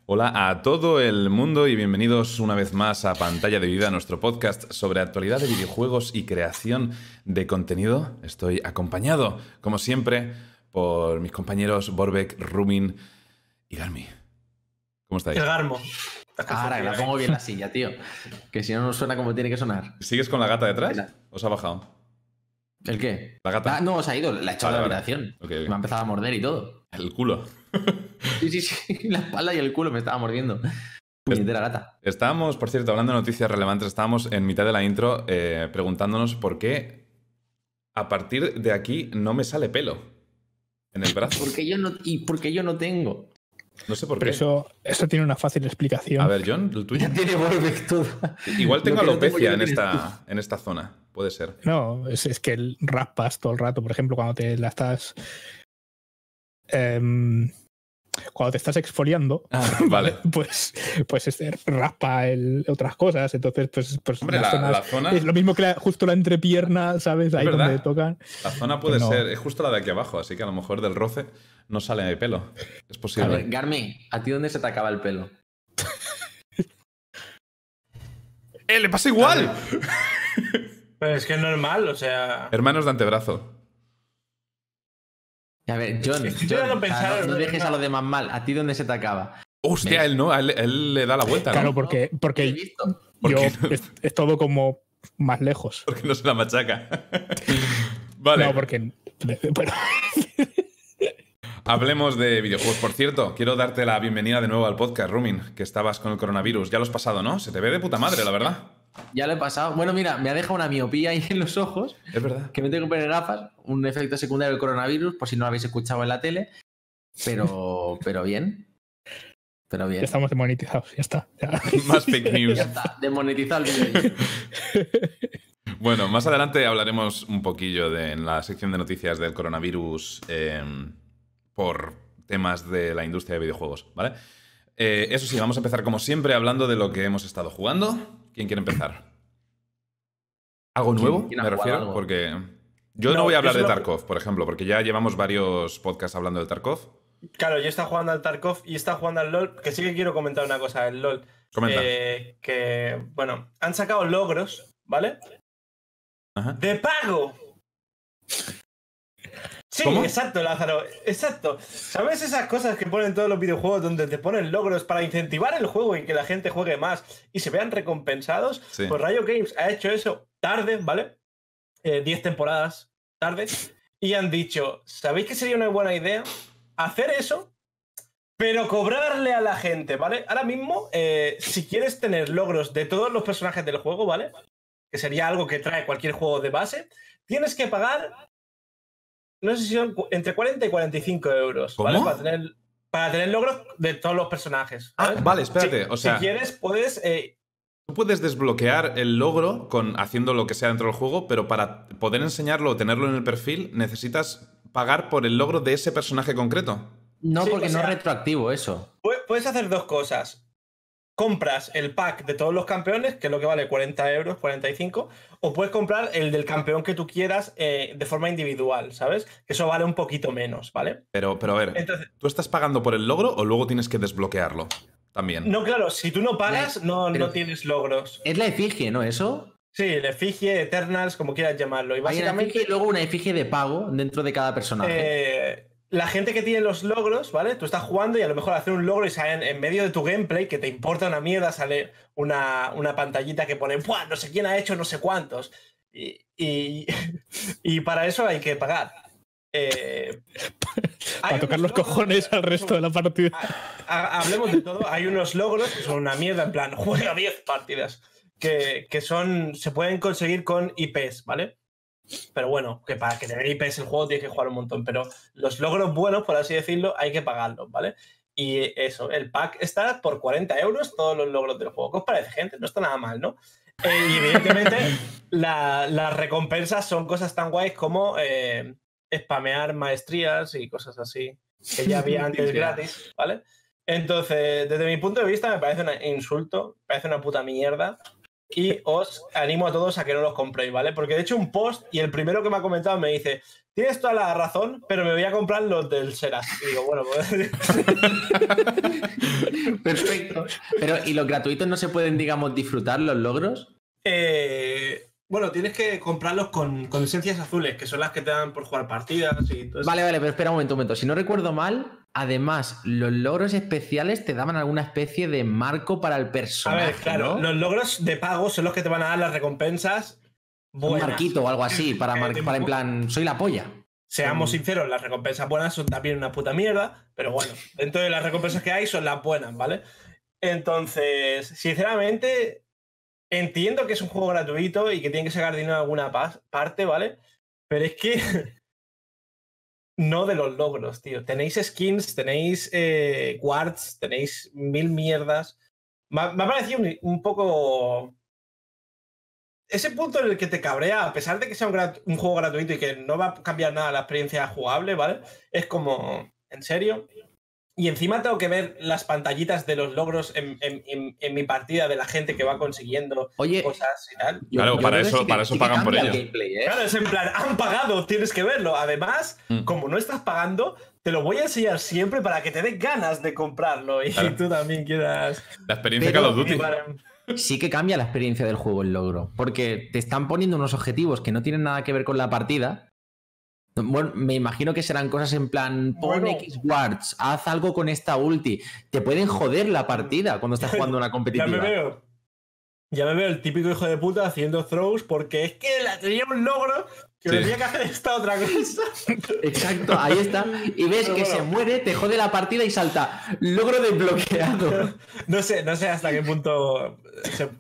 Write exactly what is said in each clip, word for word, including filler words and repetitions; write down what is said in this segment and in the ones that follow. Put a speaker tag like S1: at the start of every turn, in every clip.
S1: Hola a todo el mundo y bienvenidos una vez más a Pantalla Dividida, nuestro podcast sobre actualidad de videojuegos y creación de contenido. Estoy acompañado, como siempre, por mis compañeros Borbeck, Rumin y Garmi. ¿Cómo estáis?
S2: El Garmo.
S3: Ahora que la pongo bien la silla, tío. Que si no, no suena como tiene que sonar.
S1: ¿Sigues con la gata detrás? ¿O se ha bajado?
S3: ¿El qué?
S1: La gata.
S3: Ah, no, se ha ido. La ha echado
S1: Vale,
S3: a la
S1: vale.
S3: habitación.
S1: Ok, ok.
S3: Me ha empezado a morder y todo.
S1: El culo.
S3: Sí, sí, sí. La espalda y el culo me estaba mordiendo. Puñetera gata.
S1: Estábamos, por cierto, hablando de noticias relevantes, estábamos en mitad de la intro eh, preguntándonos por qué a partir de aquí no me sale pelo en el brazo.
S3: Porque yo no, y porque yo no tengo.
S1: No sé por
S4: Pero
S1: qué.
S4: eso, eso tiene una fácil explicación.
S1: A ver, John, el tuyo.
S3: Ya tiene Borbeck todo.
S1: Igual tengo
S3: Lo que no
S1: alopecia
S3: tengo yo
S1: en,
S3: lo tienes
S1: esta, en esta zona. Puede ser.
S4: No, es, es que el- raspas todo el rato. Por ejemplo, cuando te la estás. em, cuando te estás exfoliando,
S1: Ah, vale.
S4: pues, pues este, raspa el- otras cosas. Entonces, pues, pues
S1: Hombre,
S4: las
S1: la,
S4: zonas-
S1: la zona,
S4: es lo mismo que la- justo la entrepierna, ¿sabes? Ahí
S1: verdad.
S4: donde tocan.
S1: la zona puede
S4: No.
S1: ser... Es justo la de aquí abajo, así que a lo mejor del roce no sale pelo. Es
S3: A
S1: posible.
S3: ver, Garmin, ¿a ti dónde se te acaba el pelo?
S1: ¡Eh, le pasa igual!
S2: Pero es que es normal, o sea.
S1: Hermanos de antebrazo.
S3: A ver, John,
S2: Estoy
S3: John,
S2: intentando
S3: o sea,
S2: pensar,
S3: no, no
S2: no,
S3: dejes
S2: no.
S3: a los demás mal. ¿A ti dónde se te acaba?
S1: Hostia,
S3: ¿Ves?
S1: él no, a él, él le da la vuelta, ¿no?
S4: Claro, porque,
S3: ¿Lo he
S4: porque
S3: visto?
S1: ¿Por
S4: yo
S1: qué no?
S4: es, es todo como más lejos.
S1: Porque no se la machaca. Vale,
S4: No, porque. Pero,
S1: hablemos de videojuegos. Por cierto, quiero darte la bienvenida de nuevo al podcast, Rumin, que estabas con el coronavirus. Ya lo has pasado, ¿no? Se te ve de puta madre, la verdad.
S3: Ya lo he pasado. Bueno, mira, me ha dejado una miopía ahí en los ojos.
S1: Es verdad.
S3: Que me tengo que poner gafas, un efecto secundario del coronavirus, por si no lo habéis escuchado en la tele. Pero, pero bien. Pero bien.
S4: ya estamos demonetizados, ya está. Ya.
S1: Más fake news.
S3: Ya está, demonetizado el vídeo.
S1: Bueno, más adelante hablaremos un poquillo de, en la sección de noticias del coronavirus eh, por temas de la industria de videojuegos, ¿vale? Eh, eso sí, vamos a empezar como siempre hablando de lo que hemos estado jugando. ¿Quién quiere empezar? ¿Algo
S3: ¿Quién-
S1: nuevo?
S3: quién ha
S1: Me
S3: jugado
S1: refiero,
S3: algo?
S1: porque yo no,
S2: No,
S1: voy a hablar
S2: yo
S1: de
S2: solo-
S1: Tarkov, por ejemplo, porque ya llevamos varios podcasts hablando de Tarkov.
S2: Claro, yo estaba jugando al Tarkov y estaba jugando al LoL, que sí que quiero comentar una cosa del LoL.
S1: Comenta.
S2: Eh, que, bueno, han sacado logros, ¿vale?
S1: Ajá.
S2: ¡De pago! Sí,
S1: ¿Cómo?
S2: exacto, Lázaro, exacto. ¿Sabes esas cosas que ponen todos los videojuegos donde te ponen logros para incentivar el juego y que la gente juegue más y se vean recompensados?
S1: Sí.
S2: Pues Riot Games ha hecho eso tarde, ¿vale? Eh, diez temporadas tarde. Y han dicho, ¿sabéis que sería una buena idea? Hacer eso, pero cobrarle a la gente, ¿vale? Ahora mismo, eh, si quieres tener logros de todos los personajes del juego, ¿vale? Que sería algo que trae cualquier juego de base, tienes que pagar, no sé si son cu- entre cuarenta y cuarenta y cinco euros, ¿vale?
S1: ¿Cómo?
S2: Para tener, para tener logros de todos los personajes.
S1: Ah,
S2: ¿sabes?
S1: vale, espérate,
S2: Si-
S1: o sea-
S2: Si quieres, puedes... eh,
S1: Tú puedes desbloquear el logro con, haciendo lo que sea dentro del juego, pero para poder enseñarlo o tenerlo en el perfil necesitas pagar por el logro de ese personaje concreto.
S3: No,
S2: Sí,
S3: porque
S2: o
S3: no
S2: sea-
S3: es retroactivo eso.
S2: Pu- Puedes hacer dos cosas. Compras el pack de todos los campeones, que es lo que vale cuarenta euros, cuarenta y cinco, o puedes comprar el del campeón que tú quieras eh, de forma individual, ¿sabes? Que eso vale un poquito menos, ¿vale?
S1: Pero, pero a ver,
S2: Entonces,
S1: ¿tú estás pagando por el logro o luego tienes que desbloquearlo también?
S2: no, claro, si tú no pagas, no,
S3: Pero-
S2: no tienes logros.
S3: Es la efigie, ¿no? Eso.
S2: Sí, el efigie, Eternals, como quieras llamarlo. Y
S3: Hay una
S2: básicamente,
S3: efigie y luego una efigie de pago dentro de cada personaje.
S2: eh, la gente que tiene los logros, ¿vale? Tú estás jugando y a lo mejor hacer un logro y sale en, en medio de tu gameplay, que te importa una mierda, sale una, una pantallita que pone, ¡buah! No sé quién ha hecho no sé cuántos. Y, y, y para eso hay que pagar. Eh, hay
S4: Para tocar
S2: unos
S4: los
S2: logros-
S4: cojones al resto de la partida.
S2: Ha- ha- Hablemos de todo. Hay unos logros que son una mierda, en plan, juega diez partidas. Que, que son. Se pueden conseguir con I Ps, ¿vale? Pero bueno, que para que tener I Ps el juego tienes que jugar un montón. Pero los logros buenos, por así decirlo, hay que pagarlos, ¿vale? Y eso, el pack está por cuarenta euros, todos los logros del juego. ¿Qué os parece, gente? No está nada mal, ¿no? Eh, y evidentemente, la- las recompensas son cosas tan guays como eh, spamear maestrías y cosas así, que ya había antes gratis, ¿vale? Entonces, desde mi punto de vista, me parece un insulto, me parece una puta mierda. y os animo a todos a que no los compréis, ¿vale? Porque he hecho un post y el primero que me ha comentado me dice, tienes toda la razón, pero me voy a comprar los del Seras. Y digo, bueno, pues...
S3: Perfecto. Pero, ¿y los gratuitos no se pueden, digamos, disfrutar los logros?
S2: Eh... Bueno, tienes que comprarlos con, con esencias azules, que son las que te dan por jugar partidas y todo eso.
S3: Vale, vale, pero espera un momento, un momento. Si no recuerdo mal, además, los logros especiales te daban alguna especie de marco para el personaje,
S2: A ver, claro,
S3: ¿no?
S2: los logros de pago son los que te van a dar las recompensas buenas.
S3: Un marquito o algo así, para, mar para en plan, soy la polla.
S2: Seamos sinceros, las recompensas buenas son también una puta mierda, pero bueno, dentro de las recompensas que hay son las buenas, ¿vale? Entonces, sinceramente... Entiendo que es un juego gratuito y que tienen que sacar dinero de alguna parte, ¿vale? Pero es que no de los logros, tío. Tenéis skins, tenéis eh, quartz, tenéis mil mierdas. Me ha, me ha parecido un, un poco... Ese punto en el que te cabrea, a pesar de que sea un, un juego gratuito y que no va a cambiar nada la experiencia jugable, ¿vale? Es como, ¿en serio? Y encima tengo que ver las pantallitas de los logros en, en, en, en mi partida de la gente que va consiguiendo
S3: Oye,
S2: cosas y tal.
S1: Yo, claro, yo para eso, sí que, para eso sí pagan por ello.
S2: Gameplay, ¿eh? Claro, es en plan, han pagado, tienes que verlo. Además, mm. como no estás pagando, te lo voy a enseñar siempre para que te dé ganas de comprarlo y claro. tú también quieras...
S1: La experiencia Call of Duty.
S3: Sí que cambia la experiencia del juego el logro, porque te están poniendo unos objetivos que no tienen nada que ver con la partida. Bueno, me imagino que serán cosas en plan, pon bueno, X wards, haz algo con esta ulti. Te pueden joder la partida cuando estás jugando una competitiva.
S2: Ya me veo. Ya me veo el típico hijo de puta haciendo throws porque es que tenía un logro que sí. me tenía que hacer esta otra cosa.
S3: Exacto, ahí está. Y ves Pero que bueno. se muere, te jode la partida y salta. Logro desbloqueado.
S2: No sé, no sé hasta qué punto se,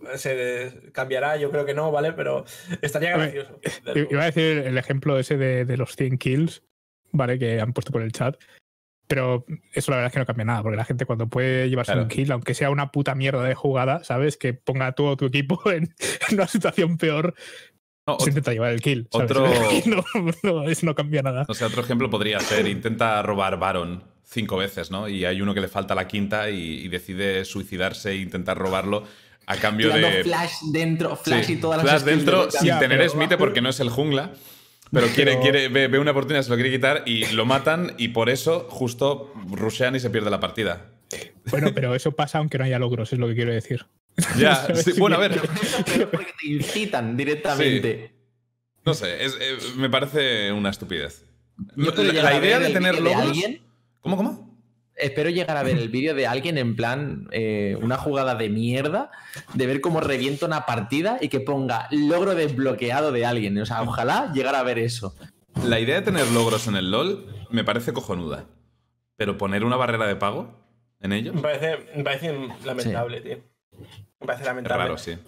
S2: se cambiará, yo creo que no, ¿vale? Pero estaría gracioso.
S4: Iba a decir el ejemplo ese de, de los cien kills, ¿vale? Que han puesto por el chat. Pero eso la verdad es que no cambia nada, porque la gente cuando puede llevarse claro. un kill, aunque sea una puta mierda de jugada, ¿sabes? Que ponga a todo tu equipo en, en una situación peor, no, se intenta llevar el kill. ¿sabes?
S1: Otro...
S4: No, no, eso no cambia nada.
S1: O sea, otro ejemplo podría ser, intenta robar Baron cinco veces, ¿no? Y hay uno que le falta la quinta y, y decide suicidarse e intentar robarlo a cambio
S3: Tirando
S1: de...
S3: flash dentro, flash sí, y todas
S1: flash
S3: las...
S1: Flash dentro
S3: de
S1: sin ya, tener Smite porque no es el jungla. Pero, pero... quiere, quiere, ve, ve una oportunidad, se lo quiere quitar y lo matan y por eso justo rushean y se pierde la partida.
S4: Bueno, pero eso pasa aunque no haya logros, es lo que quiero decir.
S1: Ya, sí, bueno, a ver.
S3: Porque te incitan directamente.
S1: Sí. No sé, es, eh, me parece una estupidez. La, la idea de tener logros...
S3: De alguien,
S1: ¿Cómo, cómo?
S3: Espero llegar a ver el vídeo de alguien en plan eh, una jugada de mierda, de ver cómo revienta una partida y que ponga logro desbloqueado de alguien. O sea, ojalá llegar a ver eso.
S1: La idea de tener logros en el LoL me parece cojonuda. Pero poner una barrera de pago en ello...
S2: Me parece, me parece lamentable, sí. tío. Me parece lamentable.
S1: Es raro, sí.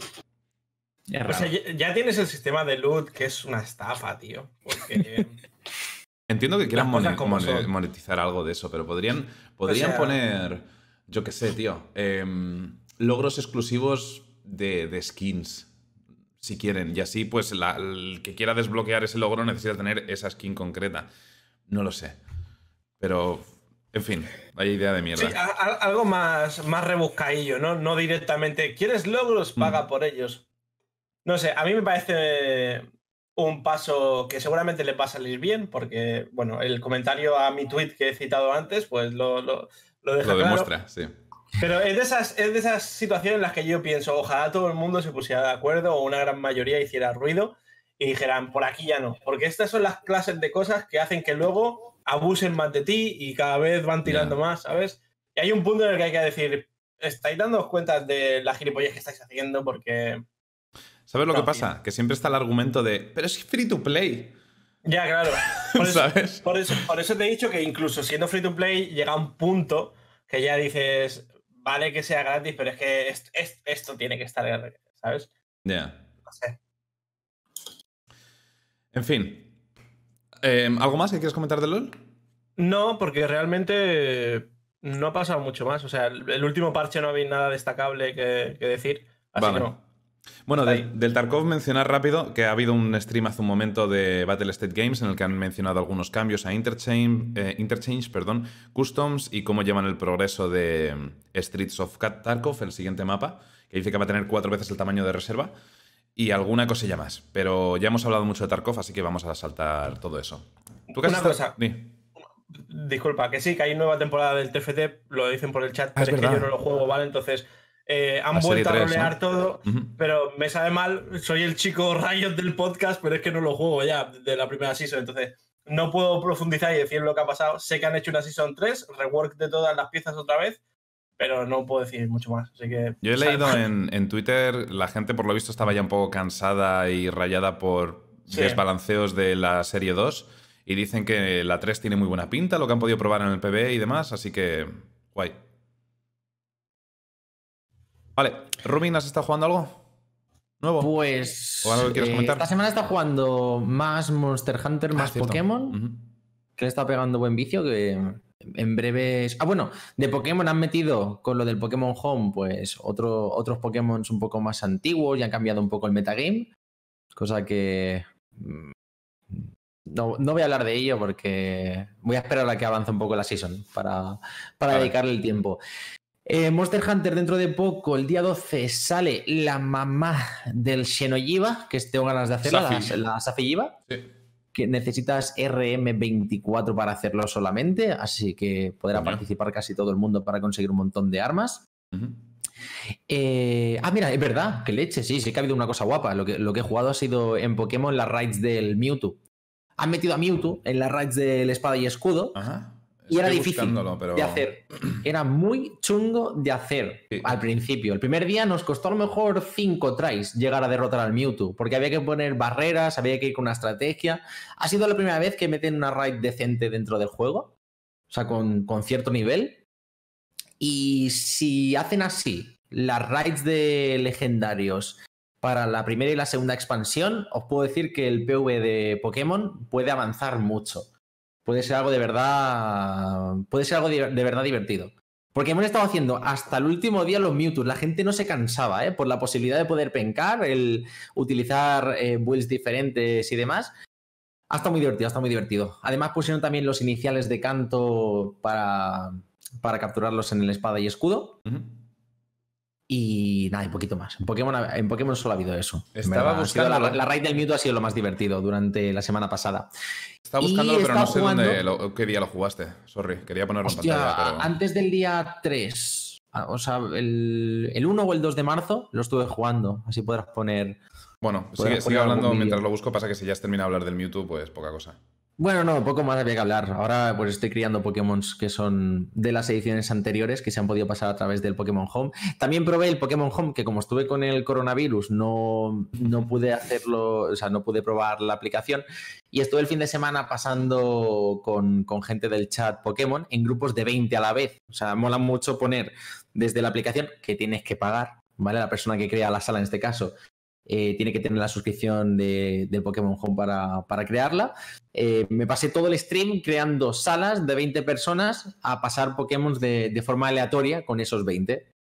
S2: Es raro. O sea, ya, ya tienes el sistema de loot que es una estafa, tío. Porque...
S1: Entiendo que quieran mon mon monetizar algo de eso, pero podrían, podrían o sea, poner, yo qué sé, tío, eh, logros exclusivos de, de skins, si quieren. Y así, pues, la, el que quiera desbloquear ese logro necesita tener esa skin concreta. No lo sé. Pero, en fin, vaya idea de mierda.
S2: Sí, a, a, algo más, más rebuscadillo, ¿no? No directamente, ¿quieres logros? Paga mm. por ellos. No sé, a mí me parece... un paso que seguramente le va a salir bien, porque, bueno, el comentario a mi tweet que he citado antes, pues lo, lo, lo deja
S1: Lo demuestra,
S2: claro.
S1: sí.
S2: Pero es de, esas, es de esas situaciones en las que yo pienso, ojalá todo el mundo se pusiera de acuerdo o una gran mayoría hiciera ruido y dijeran, por aquí ya no. Porque estas son las clases de cosas que hacen que luego abusen más de ti y cada vez van tirando yeah. más, ¿sabes? Y hay un punto en el que hay que decir, estáis dándoos cuenta de la gilipollez que estáis haciendo porque...
S1: ¿Sabes lo
S2: no,
S1: que pasa? Tío. Que siempre está el argumento de, pero es free to play.
S2: Ya, claro. Por eso,
S1: ¿sabes?
S2: Por eso, por eso te he dicho que incluso siendo free to play llega un punto que ya dices, vale que sea gratis, pero es que esto, esto tiene que estar gratis, ¿sabes?
S1: Ya. Yeah.
S2: No sé.
S1: En fin. Eh, ¿Algo más que quieres comentar de LoL?
S2: No, porque realmente no ha pasado mucho más. O sea, el, el último parche no había nada destacable que, que decir. Así
S1: vale.
S2: que no.
S1: Bueno, del, del Tarkov mencionar rápido que ha habido un stream hace un momento de Battle State Games en el que han mencionado algunos cambios a Interchange, eh, Interchange perdón, Customs y cómo llevan el progreso de Streets of Tarkov, el siguiente mapa, que dice que va a tener cuatro veces el tamaño de reserva y alguna cosilla más. Pero ya hemos hablado mucho de Tarkov, así que vamos a saltar todo eso. ¿Tú qué
S2: Una
S1: has
S2: cosa.
S1: Sí.
S2: Disculpa, que sí, que hay nueva temporada del T F T, lo dicen por el chat,
S1: Ah,
S2: pero
S1: es
S2: es, que
S1: verdad.
S2: yo no lo juego, ¿vale? Entonces, eh, han
S1: La serie
S2: vuelto a
S1: tres,
S2: rolear
S1: ¿no?
S2: todo,
S1: Ujú.
S2: pero me sabe mal, soy el chico Riot del podcast, pero es que no lo juego ya de la primera season, entonces no puedo profundizar y decir lo que ha pasado. Sé que han hecho una season tres, rework de todas las piezas otra vez, pero no puedo decir mucho más. Así que
S1: Yo he
S2: sabe
S1: leído
S2: mal.
S1: en, en Twitter, la gente por lo visto estaba ya un poco cansada y rayada por
S2: Sí.
S1: desbalanceos de la serie dos y dicen que la tres tiene muy buena pinta, lo que han podido probar en el P B E y demás, así que guay. Vale, Rubin, ¿has estado jugando algo nuevo?
S3: Pues
S1: ¿O algo que quieras
S3: eh,
S1: comentar?
S3: esta semana está jugando más Monster Hunter,
S1: Ah,
S3: más
S1: cierto.
S3: Pokémon,
S1: Ujú.
S3: que le está pegando buen vicio, que en breve... Ah, bueno, de Pokémon han metido con lo del Pokémon Home, pues otro, otros Pokémon un poco más antiguos y han cambiado un poco el metagame, cosa que... mm, No, no voy a hablar de ello porque voy a esperar a que avance un poco la season para, para
S1: Vale.
S3: dedicarle el tiempo. Eh, Monster Hunter dentro de poco, el día doce, sale la mamá del Xenoyiba, que tengo ganas de hacerla,
S1: Safi.
S3: la, la Safiyiba,
S1: Sí.
S3: que necesitas R M veinticuatro para hacerlo solamente, así que podrá
S1: Coño.
S3: participar casi todo el mundo para conseguir un montón de armas.
S1: Ujú.
S3: Eh, ah, mira, es verdad, que leche, sí, sí que ha habido una cosa guapa. Lo que, lo que he jugado ha sido en Pokémon las raids del Mewtwo. Han metido a Mewtwo en las raids del espada y escudo.
S1: Ajá.
S3: Y era
S1: Estoy
S3: difícil
S1: buscándolo, pero...
S3: de hacer. Era muy chungo de hacer
S1: Sí.
S3: al principio. El primer día nos costó a lo mejor cinco tries llegar a derrotar al Mewtwo, porque había que poner barreras, había que ir con una estrategia. Ha sido la primera vez que meten una raid decente dentro del juego, o sea, con, con cierto nivel. Y si hacen así las raids de legendarios para la primera y la segunda expansión, os puedo decir que el P V de Pokémon puede avanzar mucho. Puede ser algo de verdad. Puede ser algo de verdad divertido. Porque hemos estado haciendo hasta el último día los Mewtwo. La gente no se cansaba, ¿eh? Por la posibilidad de poder pencar, el utilizar eh, builds diferentes y demás. Ha estado muy divertido, ha estado muy divertido. Además pusieron también los iniciales de canto para, para capturarlos en el espada y escudo.
S1: Ujú.
S3: Y nada, un poquito más. En Pokémon, en Pokémon solo ha habido eso. En
S1: Estaba
S3: verdad. Ha sido la,
S1: buscándolo.
S3: la raid del Mewtwo ha sido lo más divertido durante la semana pasada.
S1: Estaba
S3: Y
S1: buscándolo, pero
S3: está
S1: no sé
S3: jugando-
S1: dónde, lo- qué día lo jugaste. Sorry, quería ponerlo
S3: Hostia,
S1: en pantalla, pero...
S3: antes del día tres, o sea, el, el uno o el dos de marzo lo estuve jugando. Así podrás poner...
S1: Bueno,
S3: Podrás
S1: sigue,
S3: poner
S1: sigue
S3: algún
S1: hablando
S3: vídeo.
S1: mientras lo busco. Pasa que si ya has terminado de hablar del Mewtwo, pues poca cosa.
S3: Bueno, no, poco más había que hablar. Ahora pues estoy criando Pokémon que son de las ediciones anteriores que se han podido pasar a través del Pokémon Home. También probé el Pokémon Home, que como estuve con el coronavirus no, no pude hacerlo, o sea, no pude probar la aplicación. Y estuve el fin de semana pasando con, con gente del chat Pokémon en grupos de veinte a la vez. O sea, mola mucho poner desde la aplicación, que tienes que pagar, ¿vale? La persona que crea la sala en este caso eh, tiene que tener la suscripción de, del Pokémon Home para, para crearla. Eh, me pasé todo el stream creando salas de veinte personas a pasar Pokémon de, de forma aleatoria con esos veinte.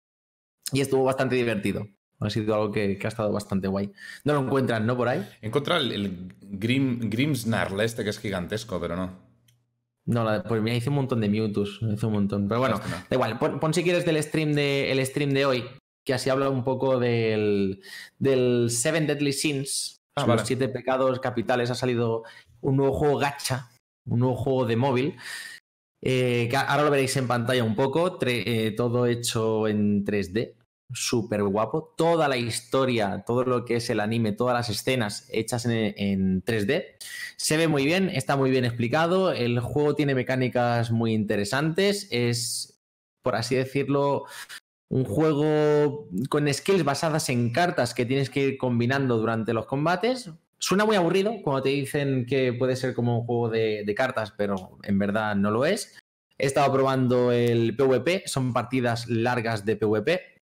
S3: Y estuvo bastante divertido. Ha sido algo que, que ha estado bastante guay. No lo encuentran, ¿no? Por ahí.
S1: He encontrado el, el Grim, Grimmsnarl este, que es gigantesco, pero no.
S3: No, la- pues mira, hice un montón de Mewtwo's. Hice un montón. Pero bueno,
S1: Lástima.
S3: da igual. Pon, pon si quieres del stream de, el stream de hoy, que así habla un poco del, del Seven Deadly Sins.
S1: Ah,
S3: los
S1: vale.
S3: siete pecados capitales. Ha salido un nuevo juego gacha, un nuevo juego de móvil. Eh, que ahora lo veréis en pantalla un poco. tre- eh, todo hecho en tres D. Súper guapo. Toda la historia, todo lo que es el anime, todas las escenas hechas en, en tres D. Se ve muy bien, está muy bien explicado. El juego tiene mecánicas muy interesantes. Es, por así decirlo, un juego con skills basadas en cartas que tienes que ir combinando durante los combates. Suena muy aburrido cuando te dicen que puede ser como un juego de, de cartas, pero en verdad no lo es. He estado probando el PvP, son partidas largas de PvP.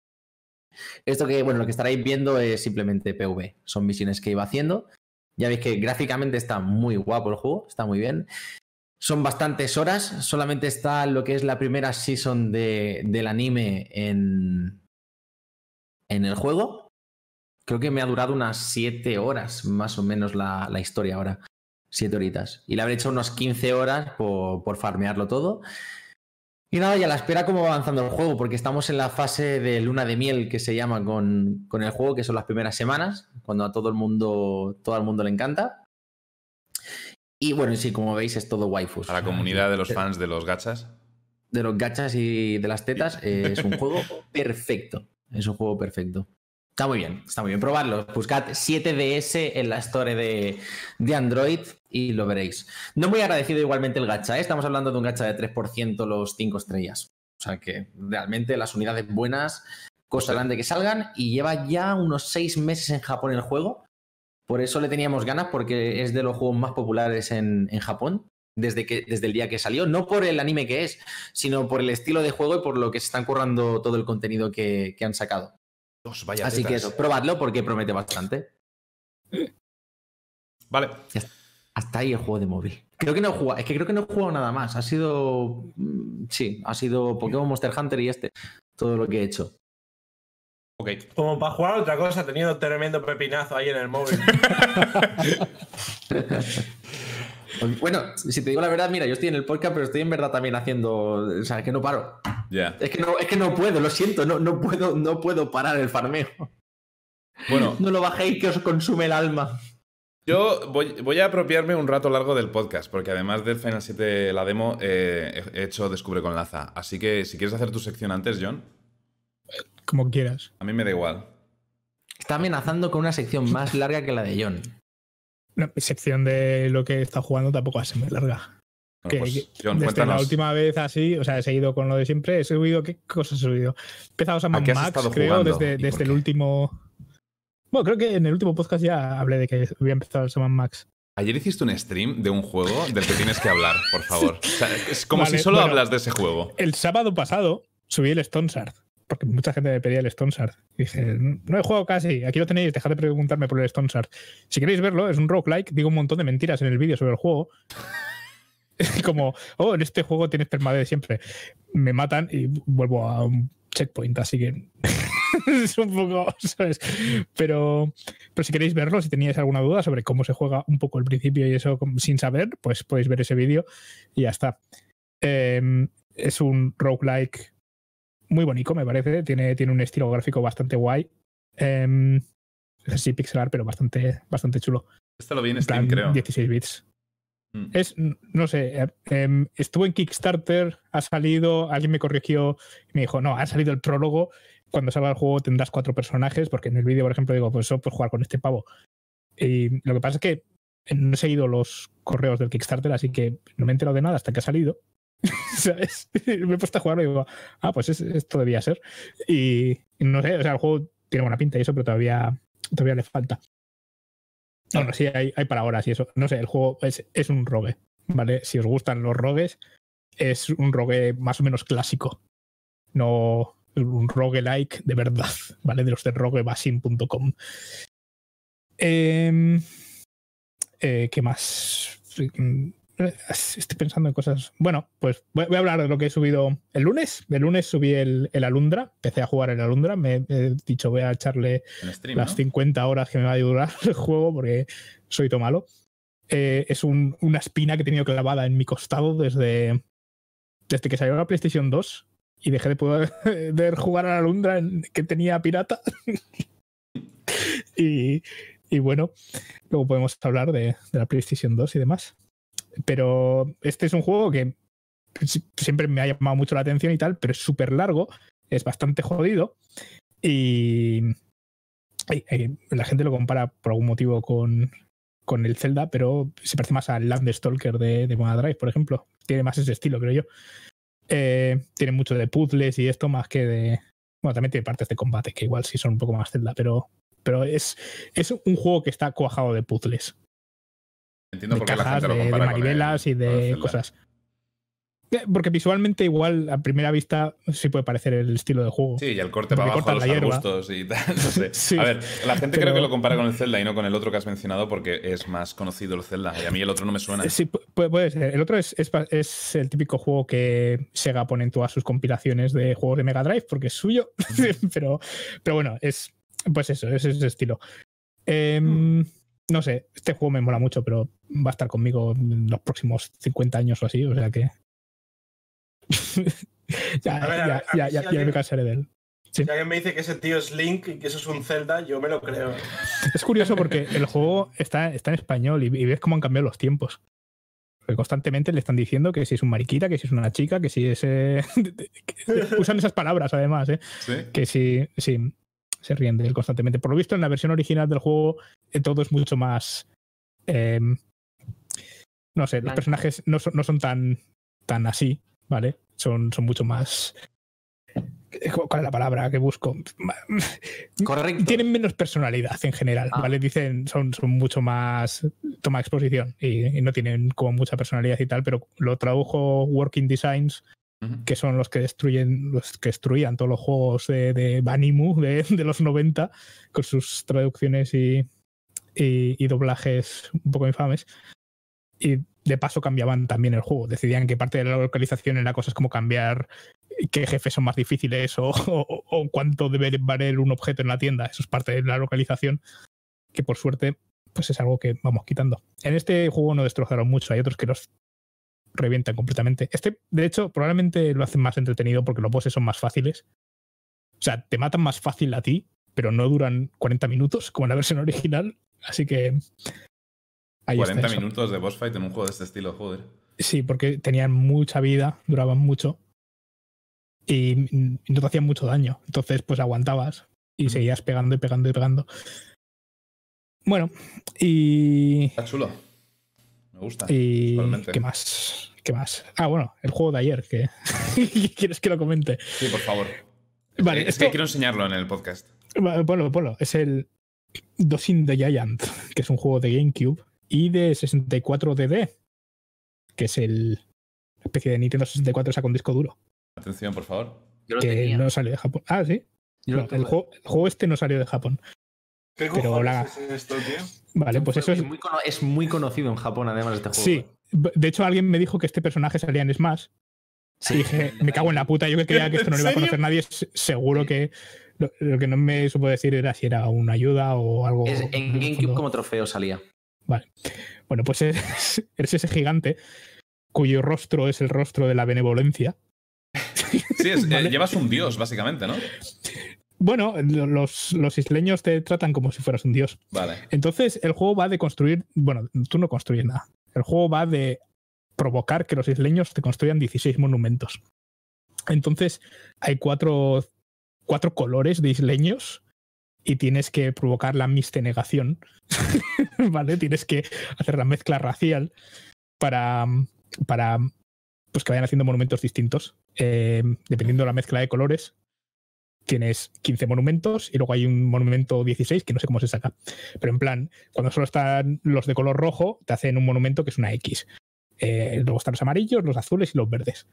S3: Esto que, bueno, lo que estaréis viendo es simplemente PvP. Son misiones que iba haciendo. Ya veis que gráficamente está muy guapo el juego, está muy bien. Son bastantes horas, solamente está lo que es la primera season de, del anime en, en el juego. creo que me ha durado unas siete horas más o menos la, la historia ahora. siete horitas. Y le habré hecho unas quince horas por, por farmearlo todo. Y nada, ya la espera cómo va avanzando el juego, porque estamos en la fase de luna de miel que se llama con, con el juego, que son las primeras semanas, cuando a todo el mundo, todo el mundo le encanta. Y bueno, sí, como veis, es todo waifus.
S1: A la comunidad de los fans de los gachas.
S3: De los gachas y de las tetas, eh, es un juego perfecto. Es un juego perfecto. Está muy bien, está muy bien. Probadlo. Buscad siete D S en la store de, de Android y lo veréis. No muy agradecido igualmente el gacha, ¿eh? Estamos hablando de un gacha de tres por ciento los cinco estrellas. O sea que realmente las unidades buenas costarán de que salgan y lleva ya unos seis meses en Japón el juego. Por eso le teníamos ganas, porque es de los juegos más populares en, en Japón desde, que, desde el día que salió. No por el anime que es, sino por el estilo de juego y por lo que se están currando todo el contenido que, que han sacado.
S1: Dos, vaya
S3: Así
S1: tetas.
S3: que eso, probadlo porque promete bastante.
S1: Vale.
S3: Hasta ahí el juego de móvil. Creo que no he jugado, es que creo que no he jugado nada más. Ha sido. Sí, ha sido Pokémon Monster Hunter y este. Todo lo que he hecho.
S1: Ok.
S2: Como para jugar otra cosa, ha tenido tremendo pepinazo ahí en el móvil.
S3: Bueno, si te digo la verdad, mira, yo estoy en el podcast, pero estoy en verdad también haciendo. O sea, es que no paro.
S1: Ya. Yeah.
S3: Es que no, es que no puedo, lo siento, no, no puedo, no puedo parar el farmeo.
S1: Bueno.
S3: No lo bajéis que os consume el alma.
S1: Yo voy, voy a apropiarme un rato largo del podcast, porque además del Final siete, la demo, eh, he hecho Descubre con Laza. Así que si quieres hacer tu sección antes, John.
S4: Como quieras.
S1: A mí me da igual.
S3: Está amenazando con una sección más larga que la de John.
S4: No, mi sección de lo que he estado jugando tampoco va a ser muy larga.
S1: Bueno,
S4: que,
S1: pues,
S4: que
S1: John,
S4: desde
S1: cuéntanos.
S4: la última vez así, o sea, he seguido con lo de siempre. He subido, ¿qué cosas he subido? He empezado a
S1: ¿A qué has
S4: Max,
S1: estado
S4: creo,
S1: jugando?
S4: desde,
S1: ¿Y
S4: desde
S1: por
S4: el
S1: qué?
S4: último. Bueno, creo que en el último podcast ya hablé de que había empezado el Saman Max.
S1: Ayer hiciste un stream de un juego del que tienes que hablar, por favor. O sea, es como
S4: Vale,
S1: si solo
S4: bueno,
S1: hablas de ese juego.
S4: El sábado pasado subí el Stone Shard, porque mucha gente me pedía el Stone Shard. Y dije, no he jugado casi, aquí lo tenéis, dejad de preguntarme por el Stone Shard. Si queréis verlo, es un roguelike, digo un montón de mentiras en el vídeo sobre el juego. Como, oh, en este juego tienes permadeath siempre. Me matan y vuelvo a un checkpoint, así que es un poco, ¿sabes? Pero, pero si queréis verlo, si teníais alguna duda sobre cómo se juega un poco el principio y eso sin saber, pues podéis ver ese vídeo y ya está. Eh, es un roguelike muy bonito, me parece. Tiene, tiene un estilo gráfico bastante guay. Eh, es así pixel art, pero bastante, bastante chulo.
S1: Este lo vi en
S4: En
S1: Steam,
S4: plan,
S1: creo.
S4: dieciséis bits.
S1: Mm.
S4: Es, no sé, eh, eh, estuvo en Kickstarter, ha salido, alguien me corrigió y me dijo, no, ha salido el prólogo, cuando salga el juego tendrás cuatro personajes, porque en el vídeo, por ejemplo, digo, pues eso, pues jugar con este pavo. Y lo que pasa es que no he seguido los correos del Kickstarter, así que no me he enterado de nada hasta que ha salido. ¿Sabes? Me he puesto a jugar y digo, ah, pues es, esto debía ser. Y, y no sé, o sea, el juego tiene buena pinta y eso, pero todavía, todavía le falta. Bueno, sí, hay, hay para horas y eso. No sé, el juego es, es un rogue, ¿vale? Si os gustan los rogues, es un rogue más o menos clásico. No un roguelike de verdad, ¿vale? De los de roguebasin punto com. Eh, eh, ¿Qué más? Estoy pensando en cosas. Bueno, pues voy a hablar de lo que he subido el lunes. El lunes subí el, el Alundra. Empecé a jugar el Alundra. Me he dicho, voy a echarle
S1: Stream,
S4: las
S1: ¿no?
S4: cincuenta horas que me va a durar el juego porque soy todo malo. Eh, es un, una espina que he tenido clavada en mi costado desde, desde que salió la PlayStation dos y dejé de poder de jugar a la Alundra que tenía pirata. y, y bueno, luego podemos hablar de, de la PlayStation dos y demás. Pero este es un juego que siempre me ha llamado mucho la atención y tal, pero es súper largo, es bastante jodido y, y, y la gente lo compara por algún motivo con, con el Zelda, pero se parece más al Landstalker de, de Mega Drive, por ejemplo. Tiene más ese estilo, creo yo. Eh, tiene mucho de puzzles y esto más que de... Bueno, también tiene partes de combate, que igual sí son un poco más Zelda, pero, pero es, es un juego que está cuajado de puzzles.
S1: Entiendo
S4: De
S1: por qué la
S4: cajas,
S1: gente lo
S4: de, de
S1: compara con
S4: manivelas
S1: el-
S4: y
S1: con el
S4: de
S1: Zelda.
S4: cosas. Porque visualmente igual a primera vista sí puede parecer el estilo de juego.
S1: Sí, y el corte
S4: Porque
S1: para abajo,
S4: cortan
S1: los
S4: la hierba.
S1: arbustos y tal, no sé.
S4: Sí,
S1: a ver, la gente
S4: pero-
S1: creo que lo compara con el Zelda y no con el otro que has mencionado porque es más conocido el Zelda y a mí el otro no me suena.
S4: Sí, puede, puede ser. El otro es, es, es el típico juego que Sega pone en todas sus compilaciones de juegos de Mega Drive porque es suyo. pero, pero bueno, es, Pues eso, es ese estilo. Eh, mm. No sé, este juego me mola mucho, pero va a estar conmigo en los próximos cincuenta años o así, o sea que... ya,
S2: a ver,
S4: ya,
S2: a ver,
S4: ya,
S2: a
S4: ya,
S2: si
S4: ya
S2: alguien,
S4: me cansaré de él. Sí.
S2: Si alguien me dice que ese tío es Link y que eso es un Zelda, yo me lo creo.
S4: Es curioso porque el juego está, está en español y, y ves cómo han cambiado los tiempos. Porque constantemente le están diciendo que si es un mariquita, que si es una chica, que si es... Eh, usan esas palabras además, ¿eh?
S1: ¿Sí?
S4: Que si... Sí, se ríen de él constantemente. Por lo visto, en la versión original del juego eh, todo es mucho más... Eh, no sé, los personajes no son, no son tan, tan así, ¿vale? Son, son mucho más... ¿Cuál es la palabra que busco?
S3: Correcto.
S4: Tienen menos personalidad en general, ah. ¿vale? Dicen, son, son mucho más toma exposición y, y no tienen como mucha personalidad y tal, pero lo tradujo Working Designs, uh-huh. que son los que destruyen, los que destruían todos los juegos de, de Banimu de, de los noventa, con sus traducciones y, y, y doblajes un poco infames. Y de paso cambiaban también el juego. Decidían que parte de la localización era cosas como cambiar qué jefes son más difíciles o, o, o cuánto debe valer un objeto en la tienda. Eso es parte de la localización, que por suerte pues es algo que vamos quitando. En este juego no destrozaron mucho. Hay otros que los revientan completamente. Este, de hecho, probablemente lo hacen más entretenido porque los bosses son más fáciles. O sea, te matan más fácil a ti, pero no duran cuarenta minutos como en la versión original. Así que...
S1: Ahí cuarenta minutos de boss fight en un juego de este estilo, joder.
S4: Sí, porque tenían mucha vida, duraban mucho y no te hacían mucho daño. Entonces, pues aguantabas y mm. seguías pegando y pegando y pegando. Bueno, y...
S1: Está chulo. Me gusta.
S4: Y... ¿Qué más? ¿Qué más? Ah, bueno, el juego de ayer, que ¿quieres que lo comente?
S1: Sí, por favor.
S4: Vale,
S1: es
S4: esto...
S1: que quiero enseñarlo en el podcast.
S4: Ponlo, ponlo. Es el Doshin the Giant, que es un juego de GameCube. Y de sesenta y cuatro D D, que es el especie de Nintendo sesenta y cuatro esa con disco duro.
S1: Atención, por favor.
S3: Yo lo
S4: que
S3: tenía.
S4: no salió de Japón. Ah, sí. No, el, juego, el juego este no salió de Japón.
S2: ¿Qué
S4: pero la...
S2: es esto, tío?
S4: Vale, pues eso es...
S3: Es muy, cono... es muy conocido en Japón, además, este juego.
S4: Sí. De hecho, alguien me dijo que este personaje salía en Smash. Sí. Y dije, me cago en la puta. Yo que creía que esto no lo iba a conocer nadie. Seguro que lo, lo que no me supo decir era si era una ayuda o algo.
S3: Es, en GameCube fondo... como trofeo salía.
S4: Vale. Bueno, pues eres, eres ese gigante cuyo rostro es el rostro de la benevolencia.
S1: Sí, es, ¿vale? eh, llevas un dios, básicamente, ¿no?
S4: Bueno, los, los isleños te tratan como si fueras un dios.
S1: Vale.
S4: Entonces, el juego va de construir... Bueno, tú no construyes nada. El juego va de provocar que los isleños te construyan dieciséis monumentos. Entonces, hay cuatro, cuatro colores de isleños y tienes que provocar la mistenegación, ¿vale? Tienes que hacer la mezcla racial para, para pues que vayan haciendo monumentos distintos. Eh, dependiendo de la mezcla de colores, tienes quince monumentos y luego hay un monumento dieciséis que no sé cómo se saca. Pero en plan, cuando solo están los de color rojo, te hacen un monumento que es una X. Eh, luego están los amarillos, los azules y los verdes.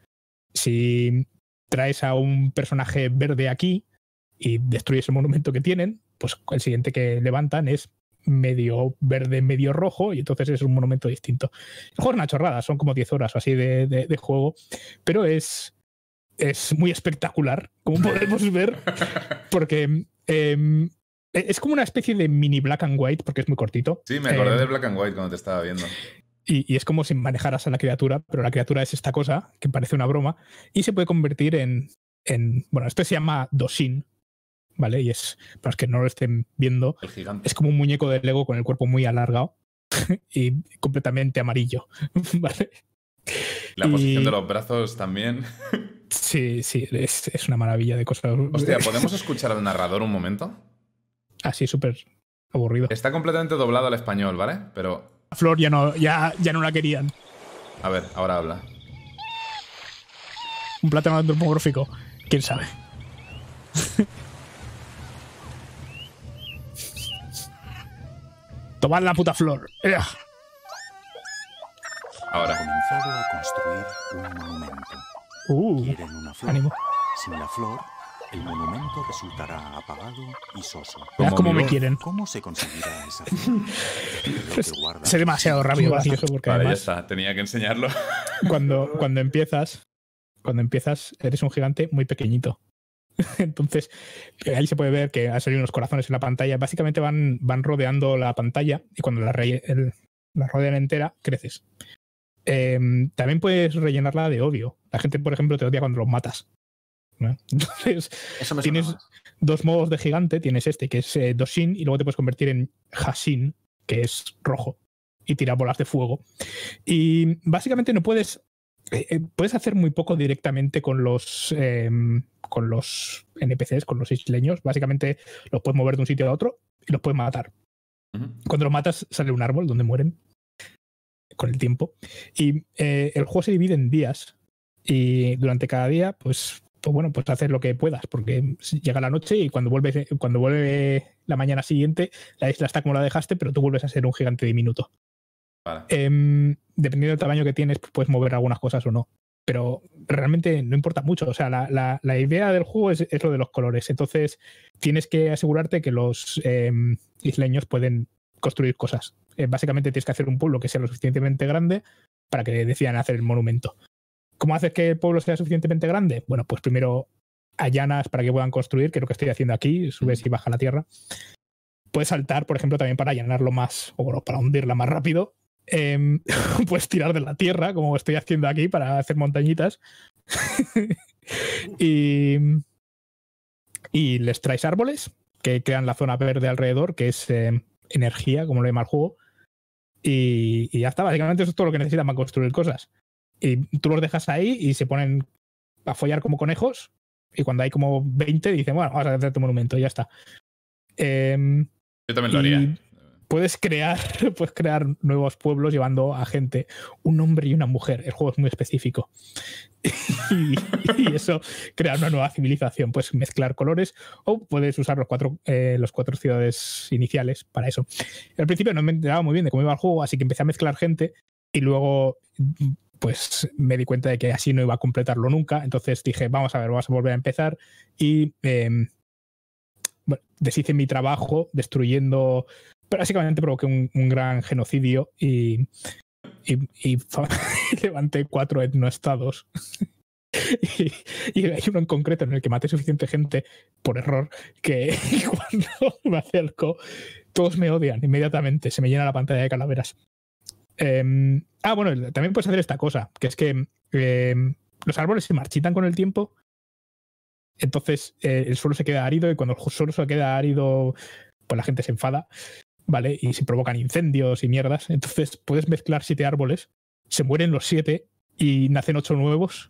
S4: Si traes a un personaje verde aquí y destruyes el monumento que tienen, pues el siguiente que levantan es medio verde, medio rojo, y entonces es un monumento distinto. El juego es una chorrada, son como diez horas o así de, de, de juego, pero es, es muy espectacular, como podemos ver, porque eh, es como una especie de mini Black and White, porque es muy cortito.
S1: Sí, me acordé
S4: eh,
S1: de Black and White cuando te estaba viendo.
S4: Y, y es como si manejaras a la criatura, pero la criatura es esta cosa que parece una broma y se puede convertir en... en bueno, esto se llama Doshin, ¿vale? Y es, para los que no lo estén viendo,
S1: el gigante. Es
S4: como un muñeco de Lego con el cuerpo muy alargado y completamente amarillo, ¿vale?
S1: La
S4: y...
S1: posición de los brazos también.
S4: Sí, sí, es, es una maravilla de cosas.
S1: Hostia, ¿podemos escuchar al narrador un momento?
S4: Así, súper aburrido.
S1: Está completamente doblado al español, ¿vale? Pero...
S4: Flor ya no, ya, ya no la querían.
S1: A ver, ahora habla.
S4: Un plátano antropomórfico, quién sabe. Tomad la puta flor.
S5: Ahora. Comenzado a construir un monumento.
S4: Uh,
S5: Quieren una flor.
S4: Ánimo.
S5: Sin la flor, el monumento resultará apagado y soso.
S4: Veas cómo me quieren.
S5: ¿Cómo se conseguirá esa flor?
S4: Pues, sé demasiado rápido, gracioso, porque
S1: vale,
S4: además,
S1: ya está, tenía que enseñarlo.
S4: Cuando, cuando empiezas, cuando empiezas, eres un gigante muy pequeñito. Entonces, ahí se puede ver que han salido unos corazones en la pantalla. Básicamente van, van rodeando la pantalla y cuando la, re, el, la rodean entera, creces. Eh, también puedes rellenarla de odio. La gente, por ejemplo, te odia cuando los matas, ¿no? Entonces,
S3: Eso me
S4: tienes
S3: más.
S4: dos modos de gigante. Tienes este, que es eh, Doshin, y luego te puedes convertir en Hashin, que es rojo, y tira bolas de fuego. Y básicamente no puedes... Eh, puedes hacer muy poco directamente con los eh, con los N P Cs, con los isleños. Básicamente los puedes mover de un sitio a otro y los puedes matar. Uh-huh. Cuando los matas sale un árbol donde mueren con el tiempo. Y eh, el juego se divide en días y durante cada día pues, pues bueno, pues haces lo que puedas porque llega la noche y cuando vuelve, cuando vuelve la mañana siguiente la isla está como la dejaste, pero tú vuelves a ser un gigante diminuto. Vale. Eh, dependiendo del tamaño que tienes, pues puedes mover algunas cosas o no. Pero realmente no importa mucho. O sea, la, la, la idea del juego es, es lo de los colores. Entonces, tienes que asegurarte que los eh, isleños pueden construir cosas. Eh, básicamente tienes que hacer un pueblo que sea lo suficientemente grande para que decidan hacer el monumento. ¿Cómo haces que el pueblo sea suficientemente grande? Bueno, pues primero allanas para que puedan construir, que es lo que estoy haciendo aquí. Subes y bajas la tierra. Puedes saltar, por ejemplo, también para allanarlo más, o bueno, para hundirla más rápido. Eh, puedes tirar de la tierra, como estoy haciendo aquí, para hacer montañitas. y, y les traes árboles que crean la zona verde alrededor, que es eh, energía, como lo llama el juego. Y, y ya está, básicamente eso es todo lo que necesitan para construir cosas. Y tú los dejas ahí y se ponen a follar como conejos. Y cuando hay como veinte, dicen, bueno, vamos a hacer tu monumento, y ya está. Eh,
S1: Yo también lo haría.
S4: Puedes crear, puedes crear nuevos pueblos llevando a gente, un hombre y una mujer. El juego es muy específico. y, y eso crea una nueva civilización. Puedes mezclar colores o puedes usar los cuatro, eh, los cuatro ciudades iniciales para eso. Al principio no me enteraba muy bien de cómo iba el juego, así que empecé a mezclar gente y luego pues me di cuenta de que así no iba a completarlo nunca. Entonces dije, vamos a ver, vamos a volver a empezar y eh, bueno, deshice mi trabajo destruyendo... Básicamente provoqué un, un gran genocidio y, y, y levanté cuatro etnoestados. y, y hay uno en concreto en el que maté suficiente gente por error que cuando me acerco todos me odian inmediatamente, se me llena la pantalla de calaveras. Eh, ah, bueno, también puedes hacer esta cosa, que es que eh, los árboles se marchitan con el tiempo, entonces eh, el suelo se queda árido y cuando el suelo se queda árido pues la gente se enfada. ¿Vale? Y se provocan incendios y mierdas. Entonces puedes mezclar siete árboles, se mueren los siete y nacen ocho nuevos.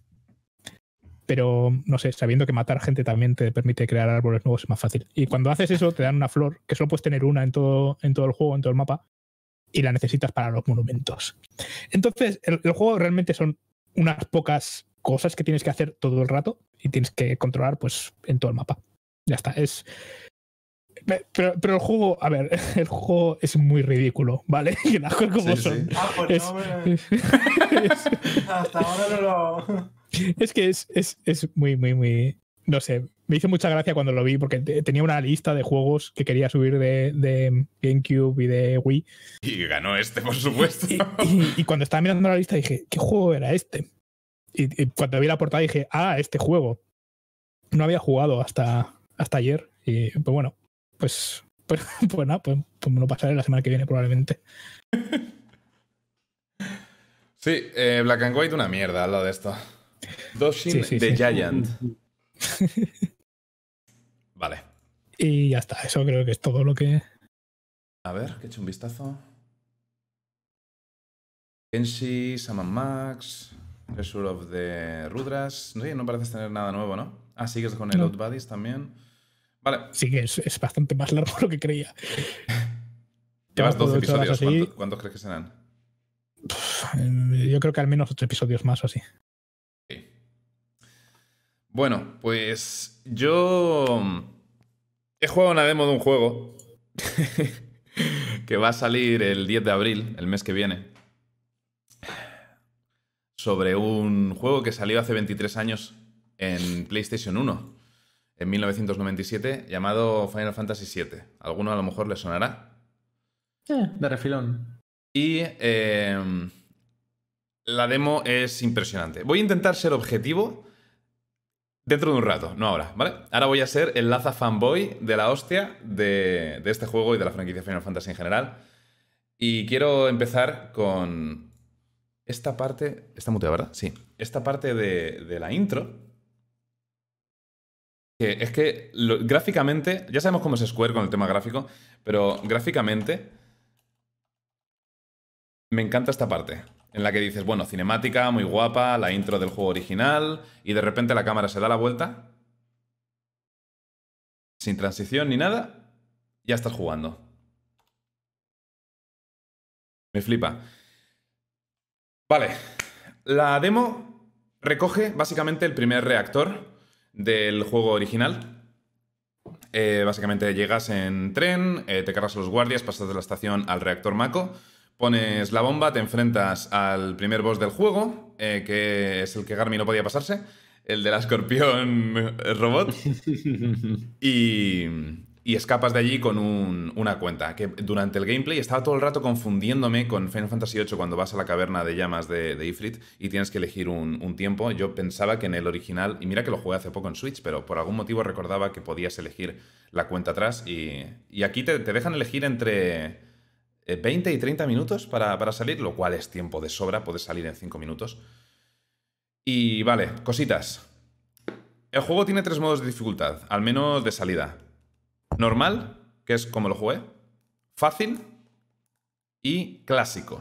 S4: Pero, no sé, sabiendo que matar gente también te permite crear árboles nuevos es más fácil. Y cuando haces eso te dan una flor, que solo puedes tener una en todo, en todo el juego, en todo el mapa, y la necesitas para los monumentos. Entonces, el, el juego realmente son unas pocas cosas que tienes que hacer todo el rato y tienes que controlar pues en todo el mapa. Ya está, es... Pero, pero el juego, a ver, el juego es muy ridículo, ¿vale? Y las cosas como
S1: sí,
S4: son.
S1: Sí.
S2: Ah, pues
S4: es,
S2: no me...
S4: es,
S2: Hasta ahora no lo...
S4: Es que es, es, es muy, muy, muy... No sé, me hizo mucha gracia cuando lo vi porque tenía una lista de juegos que quería subir de, de GameCube y de Wii.
S1: Y ganó este, por supuesto.
S4: Y, y, y cuando estaba mirando la lista dije, ¿qué juego era este? Y, y cuando vi la portada dije, ah, este juego. No había jugado hasta, hasta ayer. Y pues bueno, pues, pues, pues nada, pues, pues me lo pasaré la semana que viene probablemente.
S1: Sí, eh, Black and White una mierda al lado de esto. Doshin
S4: Sí, sí,
S1: the
S4: sí.
S1: Giant. Vale.
S4: Y ya está, eso creo que es todo lo que...
S1: A ver, que he hecho un vistazo. Kenshi, Saman Max, Treasure of the Rudras. No, no pareces tener nada nuevo, ¿no? Ah, sigues con el
S4: No.
S1: Out Buddies también. Vale.
S4: Sí que es, es bastante más largo de lo que creía.
S1: Llevas
S4: Todo
S1: doce
S4: ocho horas
S1: episodios.
S4: así.
S1: ¿Cuántos, ¿Cuántos crees que serán?
S4: Yo creo que al menos ocho episodios más o así.
S1: Sí. Bueno, pues yo he jugado una demo de un juego que va a salir el diez de abril, el mes que viene, sobre un juego que salió hace veintitrés años en PlayStation uno, en mil novecientos noventa y siete, llamado Final Fantasy siete. ¿A alguno a lo mejor le sonará?
S3: Eh, de refilón.
S1: Y eh, la demo es impresionante. Voy a intentar ser objetivo Dentro de un rato, no ahora, ¿vale? Ahora voy a ser el Laza fanboy de la hostia de, de este juego y de la franquicia Final Fantasy en general. Y quiero empezar con esta parte... Está muteado, ¿verdad? Sí. Esta parte de, de la intro. Que es que lo, gráficamente... Ya sabemos cómo es Square con el tema gráfico, pero gráficamente me encanta esta parte. En la que dices, bueno, cinemática, muy guapa, la intro del juego original, y de repente la cámara se da la vuelta, sin transición ni nada, ya estás jugando. Me flipa. Vale, la demo recoge básicamente el primer reactor del juego original. Eh, básicamente llegas en tren, eh, te cargas a los guardias, pasas de la estación al reactor Mako. Pones la bomba, te enfrentas al primer boss del juego, eh, que es el que Garmi no podía pasarse, el de la escorpión robot, y, y escapas de allí con un, una cuenta, que durante el gameplay estaba todo el rato confundiéndome con Final Fantasy ocho cuando vas a la caverna de llamas de, de Ifrit y tienes que elegir un, un tiempo. Yo pensaba que en el original, y mira que lo jugué hace poco en Switch, pero por algún motivo recordaba que podías elegir la cuenta atrás, y, y aquí te, te dejan elegir entre veinte y treinta minutos para, para salir, lo cual es tiempo de sobra, puedes salir en cinco minutos. Y vale, cositas. El juego tiene tres modos de dificultad, al menos de salida. Normal, que es como lo jugué. Fácil. Y clásico.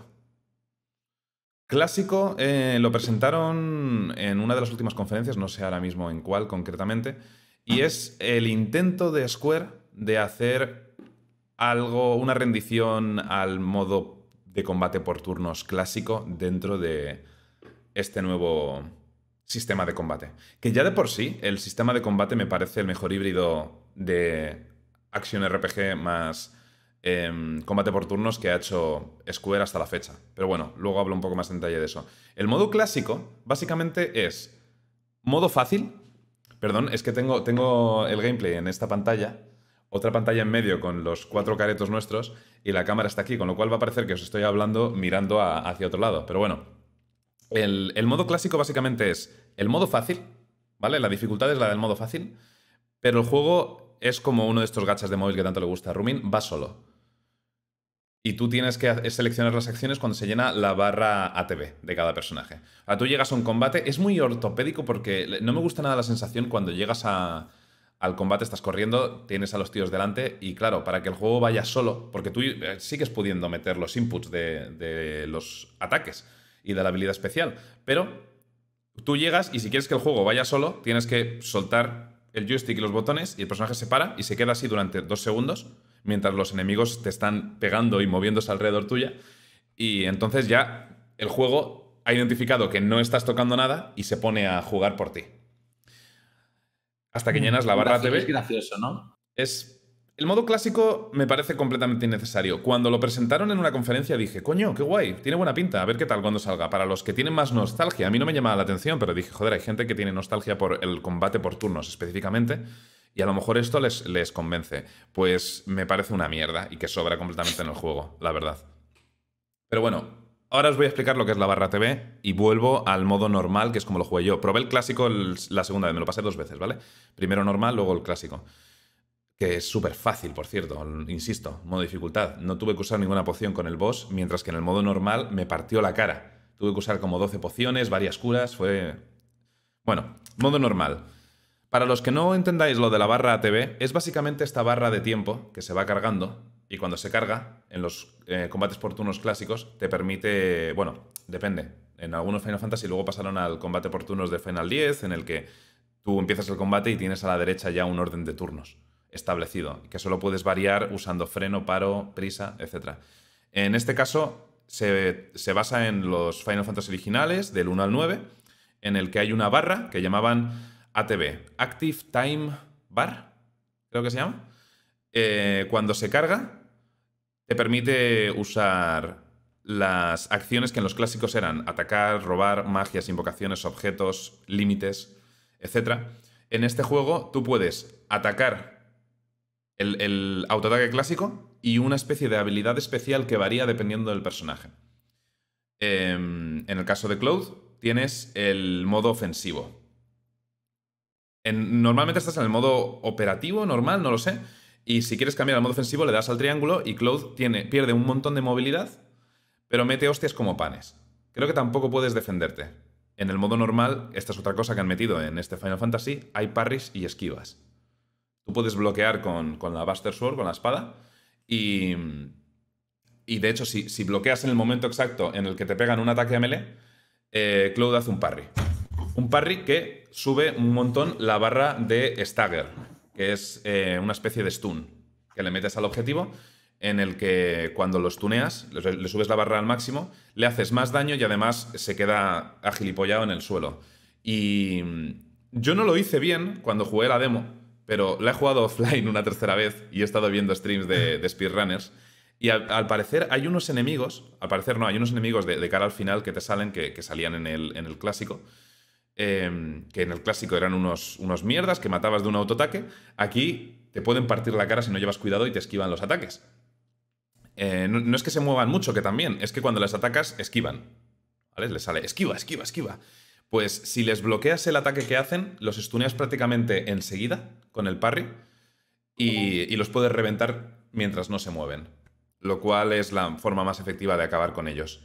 S1: Clásico eh, lo presentaron en una de las últimas conferencias, no sé ahora mismo en cuál concretamente, y es el intento de Square de hacer algo, una rendición al modo de combate por turnos clásico dentro de este nuevo sistema de combate. Que ya de por sí, el sistema de combate me parece el mejor híbrido de Action R P G más eh, combate por turnos que ha hecho Square hasta la fecha. Pero bueno, luego hablo un poco más en detalle de eso. El modo clásico, básicamente, es modo fácil. Perdón, es que tengo, tengo el gameplay en esta pantalla, otra pantalla en medio con los cuatro caretos nuestros y la cámara está aquí, con lo cual va a parecer que os estoy hablando mirando a, hacia otro lado. Pero bueno, el, el modo clásico básicamente es el modo fácil, ¿vale? La dificultad es la del modo fácil, pero el juego es como uno de estos gachas de móvil que tanto le gusta a Rumin, va solo. Y tú tienes que seleccionar las acciones cuando se llena la barra A T B de cada personaje. O sea, tú llegas a un combate, es muy ortopédico porque no me gusta nada la sensación cuando llegas a... al combate, estás corriendo, tienes a los tíos delante y claro, para que el juego vaya solo, porque tú sigues pudiendo meter los inputs de, de los ataques y de la habilidad especial, pero tú llegas y si quieres que el juego vaya solo, tienes que soltar el joystick y los botones y el personaje se para y se queda así durante dos segundos mientras los enemigos te están pegando y moviéndose alrededor tuya, y entonces ya el juego ha identificado que no estás tocando nada y se pone a jugar por ti. Hasta que llenas la barra A T B.
S3: Es gracioso, ¿no?
S1: Es... El modo clásico me parece completamente innecesario. Cuando lo presentaron en una conferencia dije, coño, qué guay, tiene buena pinta, a ver qué tal cuando salga. Para los que tienen más nostalgia, a mí no me llamaba la atención, pero dije, joder, hay gente que tiene nostalgia por el combate por turnos específicamente, y a lo mejor esto les, les convence. Pues me parece una mierda y que sobra completamente en el juego, la verdad. Pero bueno, ahora os voy a explicar lo que es la barra A T B y vuelvo al modo normal, que es como lo jugué yo. Probé el clásico el, la segunda vez, me lo pasé dos veces, ¿vale? Primero normal, luego el clásico. Que es súper fácil, por cierto, insisto, modo dificultad. No tuve que usar ninguna poción con el boss, mientras que en el modo normal me partió la cara. Tuve que usar como doce pociones, varias curas, fue... Bueno, modo normal. Para los que no entendáis lo de la barra A T B, es básicamente esta barra de tiempo que se va cargando, y cuando se carga, en los eh, combates por turnos clásicos, te permite... Bueno, depende. En algunos Final Fantasy luego pasaron al combate por turnos de Final diez, en el que tú empiezas el combate y tienes a la derecha ya un orden de turnos establecido, que solo puedes variar usando freno, paro, prisa, etcétera. En este caso, se, se basa en los Final Fantasy originales, del uno al nueve, en el que hay una barra que llamaban A T B, Active Time Bar, creo que se llama. Eh, cuando se carga, te permite usar las acciones que en los clásicos eran atacar, robar, magias, invocaciones, objetos, límites, etcétera. En este juego tú puedes atacar el, el autoataque clásico y una especie de habilidad especial que varía dependiendo del personaje. Eh, en el caso de Cloud tienes el modo ofensivo. En, normalmente estás en el modo operativo, normal, no lo sé. Y si quieres cambiar al modo ofensivo, le das al triángulo y Cloud tiene, pierde un montón de movilidad, pero mete hostias como panes. Creo que tampoco puedes defenderte. En el modo normal, esta es otra cosa que han metido en este Final Fantasy, hay parries y esquivas. Tú puedes bloquear con, con la Buster Sword, con la espada, y, y de hecho, si, si bloqueas en el momento exacto en el que te pegan un ataque a melee, eh, Cloud hace un parry. Un parry que sube un montón la barra de stagger, que es eh, una especie de stun, que le metes al objetivo, en el que cuando lo stuneas, le, le subes la barra al máximo, le haces más daño y además se queda agilipollado en el suelo. Y yo no lo hice bien cuando jugué la demo, pero la he jugado offline una tercera vez y he estado viendo streams de, de speedrunners. Y al, al parecer hay unos enemigos, al parecer no, hay unos enemigos de, de cara al final que te salen, que, que salían en el, en el clásico, eh, que en el clásico eran unos, unos mierdas que matabas de un autoataque. Aquí te pueden partir la cara si no llevas cuidado y te esquivan los ataques. Eh, no, no es que se muevan mucho, que también, es que cuando les atacas, esquivan. ¿Vale? Les sale esquiva, esquiva, esquiva. Pues si les bloqueas el ataque que hacen, los stuneas prácticamente enseguida con el parry y, y los puedes reventar mientras no se mueven. Lo cual es la forma más efectiva de acabar con ellos.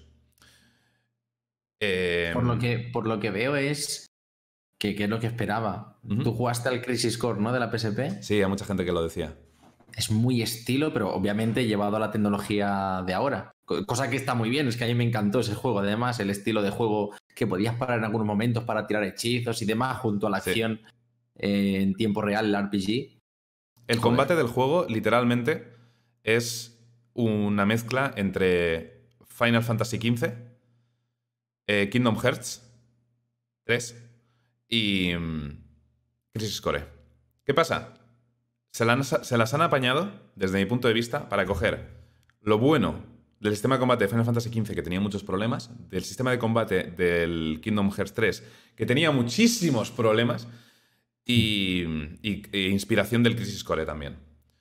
S1: Eh,
S3: por, lo que, por lo que veo es que, que es lo que esperaba. Uh-huh. Tú jugaste al Crisis Core, ¿no? De la P S P.
S1: Sí, hay mucha gente que lo decía.
S3: Es muy estilo, pero obviamente llevado a la tecnología de ahora. Cosa que está muy bien, es que a mí me encantó ese juego. Además, el estilo de juego que podías parar en algunos momentos para tirar hechizos y demás, junto a la acción sí. eh, en tiempo real, el R P G.
S1: El Joder. combate del juego, literalmente, es una mezcla entre Final Fantasy quince, eh, Kingdom Hearts tres y um, Crisis Core. ¿Qué pasa? Se, la han, se las han apañado, desde mi punto de vista, para coger lo bueno del sistema de combate de Final Fantasy quince, que tenía muchos problemas, del sistema de combate del Kingdom Hearts tres, que tenía muchísimos problemas, y, y, e inspiración del Crisis Core también.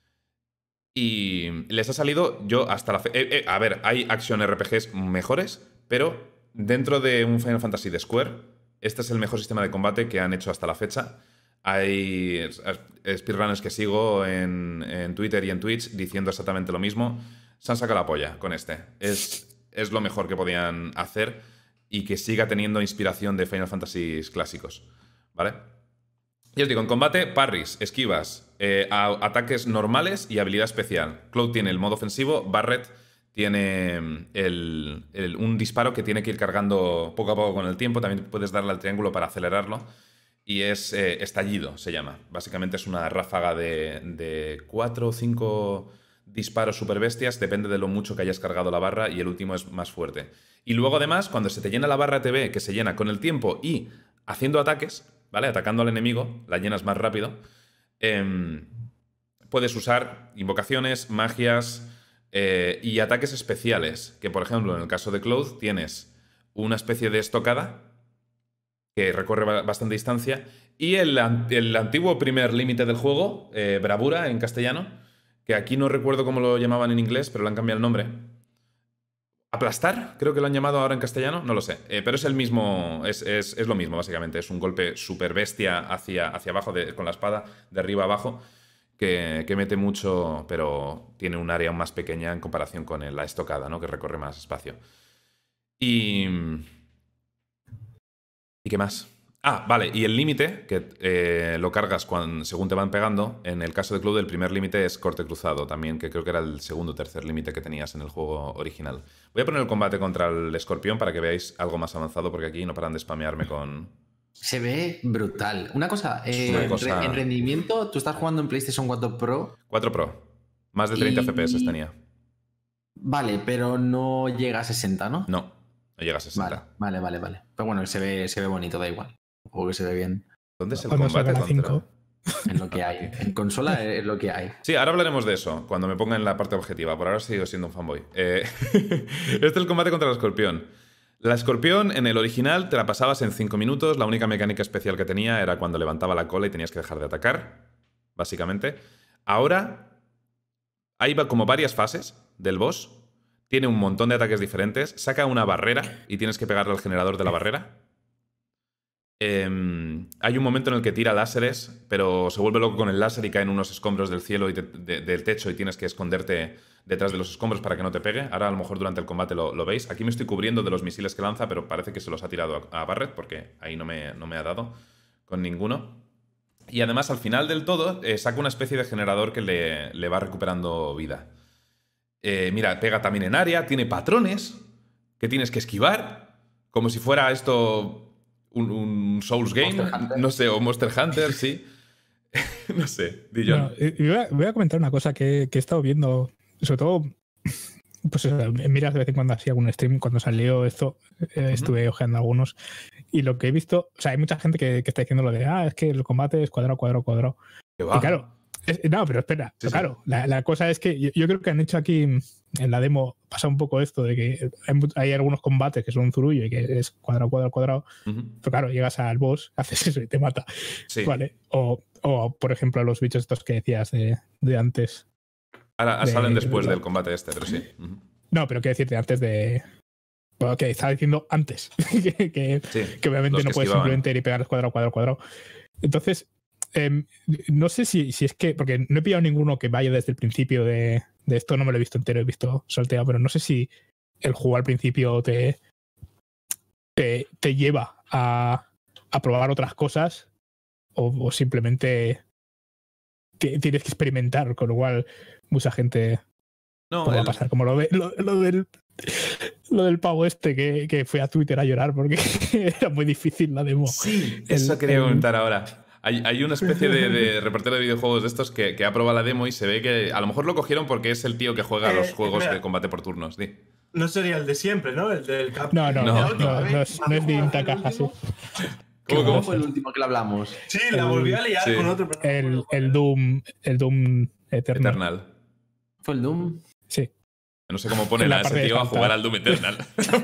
S1: Y les ha salido, yo hasta la fe... Eh, eh, a ver, hay action R P Gs mejores, pero dentro de un Final Fantasy de Square, este es el mejor sistema de combate que han hecho hasta la fecha. Hay speedrunners que sigo en, en Twitter y en Twitch diciendo exactamente lo mismo. Se han sacado la polla con este. Es, es lo mejor que podían hacer y que siga teniendo inspiración de Final Fantasy clásicos. ¿Vale? Y os digo, en combate, parries, esquivas, eh, a, ataques normales y habilidad especial. Cloud tiene el modo ofensivo, Barret tiene el, el, un disparo que tiene que ir cargando poco a poco con el tiempo. También puedes darle al triángulo para acelerarlo. Y es eh, estallido, se llama. Básicamente es una ráfaga de, de cuatro o cinco disparos super bestias, depende de lo mucho que hayas cargado la barra, y el último es más fuerte. Y luego además, cuando se te llena la barra T V, que se llena con el tiempo y haciendo ataques, ¿vale? Atacando al enemigo, la llenas más rápido, eh, puedes usar invocaciones, magias eh, y ataques especiales, que por ejemplo en el caso de Cloud tienes una especie de estocada que recorre bastante distancia, y el, el antiguo primer límite del juego, eh, Bravura en castellano, que aquí no recuerdo cómo lo llamaban en inglés, pero le han cambiado el nombre. Aplastar, creo que lo han llamado ahora en castellano, no lo sé, eh, pero es el mismo, es, es, es lo mismo básicamente, es un golpe super bestia hacia, hacia abajo, de, con la espada, de arriba a abajo, que, que mete mucho, pero tiene un área más pequeña en comparación con la estocada, ¿no? Que recorre más espacio. Y... ¿Y qué más? Ah, vale, y el límite, que eh, lo cargas cuando, según te van pegando. En el caso de Cloud, el primer límite es corte cruzado también, que creo que era el segundo o tercer límite que tenías en el juego original. Voy a poner el combate contra el escorpión para que veáis algo más avanzado, porque aquí no paran de spamearme con...
S3: Se ve brutal. Una cosa, eh, Una cosa... en rendimiento, tú estás jugando en PlayStation cuatro Pro.
S1: cuatro Pro. Más de treinta
S3: y...
S1: F P S tenía.
S3: Vale, pero no llega a sesenta, ¿no?
S1: No, no llega a sesenta.
S3: Vale, vale, vale. vale. Pero bueno, se ve, se ve bonito, da igual. Un juego que se ve bien.
S1: ¿Dónde es el combate contra...?
S4: cinco.
S3: En lo que hay. En consola es lo que hay.
S1: Sí, ahora hablaremos de eso, cuando me ponga en la parte objetiva. Por ahora sigo siendo un fanboy. Eh, este es el combate contra el escorpión. La escorpión, en el original, te la pasabas en cinco minutos. La única mecánica especial que tenía era cuando levantaba la cola y tenías que dejar de atacar, básicamente. Ahora, hay como varias fases del boss. Tiene un montón de ataques diferentes. Saca una barrera y tienes que pegarle al generador de la barrera. Eh, hay un momento en el que tira láseres, pero se vuelve loco con el láser y caen unos escombros del cielo y de, de, del techo y tienes que esconderte detrás de los escombros para que no te pegue. Ahora a lo mejor durante el combate lo, lo veis. Aquí me estoy cubriendo de los misiles que lanza, pero parece que se los ha tirado a, a Barret porque ahí no me, no me ha dado con ninguno. Y además al final del todo eh, saca una especie de generador que le, le va recuperando vida. Eh, mira, pega también en área, tiene patrones que tienes que esquivar, como si fuera esto... Un, un Souls Game, no sé, o Monster Hunter, sí. No sé, Dillon.
S4: Bueno, voy, a, voy a comentar una cosa que, que he estado viendo, sobre todo, pues miras de vez en cuando así algún stream, cuando salió esto, eh, estuve uh-huh. ojeando algunos, y lo que he visto, o sea, hay mucha gente que, que está diciendo lo de, ah, es que el combate es cuadrado, cuadrado, cuadrado.
S1: ¿Qué va?
S4: Y claro, es, no, pero espera, sí, claro, sí. La, la cosa es que yo, yo creo que han hecho aquí en la demo, pasa un poco esto de que hay, hay algunos combates que son un zurullo y que es cuadrado, cuadrado, cuadrado, uh-huh. pero claro, llegas al boss, haces eso y te mata.
S1: Sí.
S4: ¿Vale? O, o, por ejemplo, los bichos estos que decías de, de antes.
S1: Ahora
S4: de,
S1: salen después
S4: de,
S1: del combate este, pero sí. Uh-huh.
S4: No, pero quiero decirte antes de... Bueno, que estaba diciendo antes, que, que, sí, que obviamente no que puedes esquivaban. Simplemente ir y pegar cuadrado, cuadrado, cuadrado. Entonces, eh, no sé si, si es que... Porque no he pillado ninguno que vaya desde el principio de... De esto no me lo he visto entero, he visto salteado, pero no sé si el juego al principio te, te, te lleva a, a probar otras cosas o, o simplemente que tienes que experimentar, con lo cual mucha gente
S1: no,
S4: va
S1: el...
S4: a pasar como lo, de, lo, lo, del, lo del pavo este que, que fue a Twitter a llorar porque era muy difícil la demo.
S1: Sí, el, eso quería el... comentar ahora. Hay, hay una especie de, de reportero de videojuegos de estos que, que ha probado la demo y se ve que a lo mejor lo cogieron porque es el tío que juega eh, los juegos mira, de combate por turnos. ¿Sí?
S2: No sería el de siempre, ¿no? El del Cap.
S4: No, no, no, no, no, no es, no es de Takahashi.
S3: ¿Cómo, ¿Cómo fue el último que le hablamos?
S2: Sí, el, la volví a liar sí. con otro.
S4: Pero no el, el Doom, el Doom Eternal.
S1: Eternal.
S3: ¿Fue el Doom?
S4: Sí.
S1: No sé cómo pone a ese tío a jugar al Doom Eternal.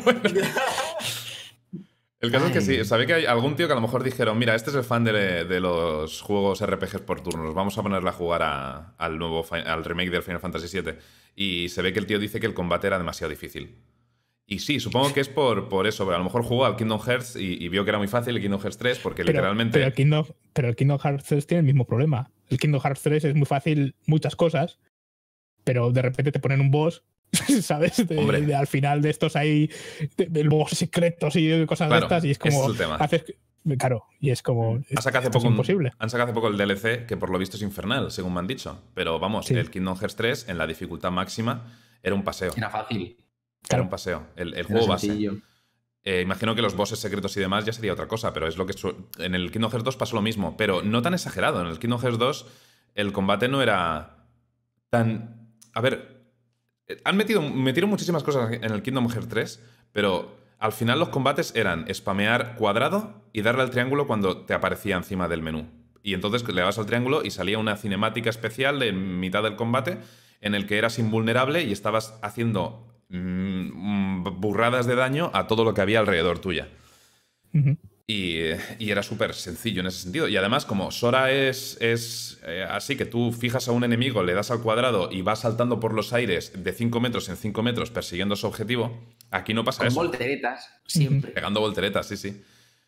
S1: El caso Ay. es que sí, sabía que hay algún tío que a lo mejor dijeron, mira, este es el fan de, de los juegos R P Gs por turnos, vamos a ponerle a jugar a, al nuevo al remake del Final Fantasy siete. Y se ve que el tío dice que el combate era demasiado difícil. Y sí, supongo que es por, por eso, pero a lo mejor jugó al Kingdom Hearts y, y vio que era muy fácil el Kingdom Hearts tres, porque
S4: pero,
S1: literalmente...
S4: Pero el, Kingdom, pero el Kingdom Hearts tres tiene el mismo problema. El Kingdom Hearts tres es muy fácil muchas cosas, pero de repente te ponen un boss... ¿Sabes? De, de, al final de estos hay luego secretos y cosas
S1: claro,
S4: de estas y es como
S1: es el tema.
S4: Haces, claro, y es como
S1: han sacado hace
S4: poco
S1: un,
S4: imposible.
S1: Han sacado hace poco el D L C que por lo visto es infernal, según me han dicho. Pero vamos, sí. El Kingdom Hearts tres en la dificultad máxima era un paseo.
S3: Era fácil.
S1: Era claro. un paseo. El, el juego base. Eh, imagino que los bosses secretos y demás ya sería otra cosa, pero es lo que en el Kingdom Hearts dos pasó lo mismo, pero no tan exagerado. En el Kingdom Hearts dos el combate no era tan... A ver... Han metido metieron muchísimas cosas en el Kingdom Hearts tres, pero al final los combates eran spamear cuadrado y darle al triángulo cuando te aparecía encima del menú. Y entonces le dabas al triángulo y salía una cinemática especial de mitad del combate en el que eras invulnerable y estabas haciendo mmm, burradas de daño a todo lo que había alrededor tuya.
S4: Uh-huh.
S1: Y, y era súper sencillo en ese sentido. Y además, como Sora es, es eh, así, que tú fijas a un enemigo, le das al cuadrado y vas saltando por los aires de cinco metros en cinco metros persiguiendo su objetivo, aquí no pasa
S3: Con
S1: eso.
S3: Con volteretas, siempre.
S1: Pegando volteretas, sí, sí.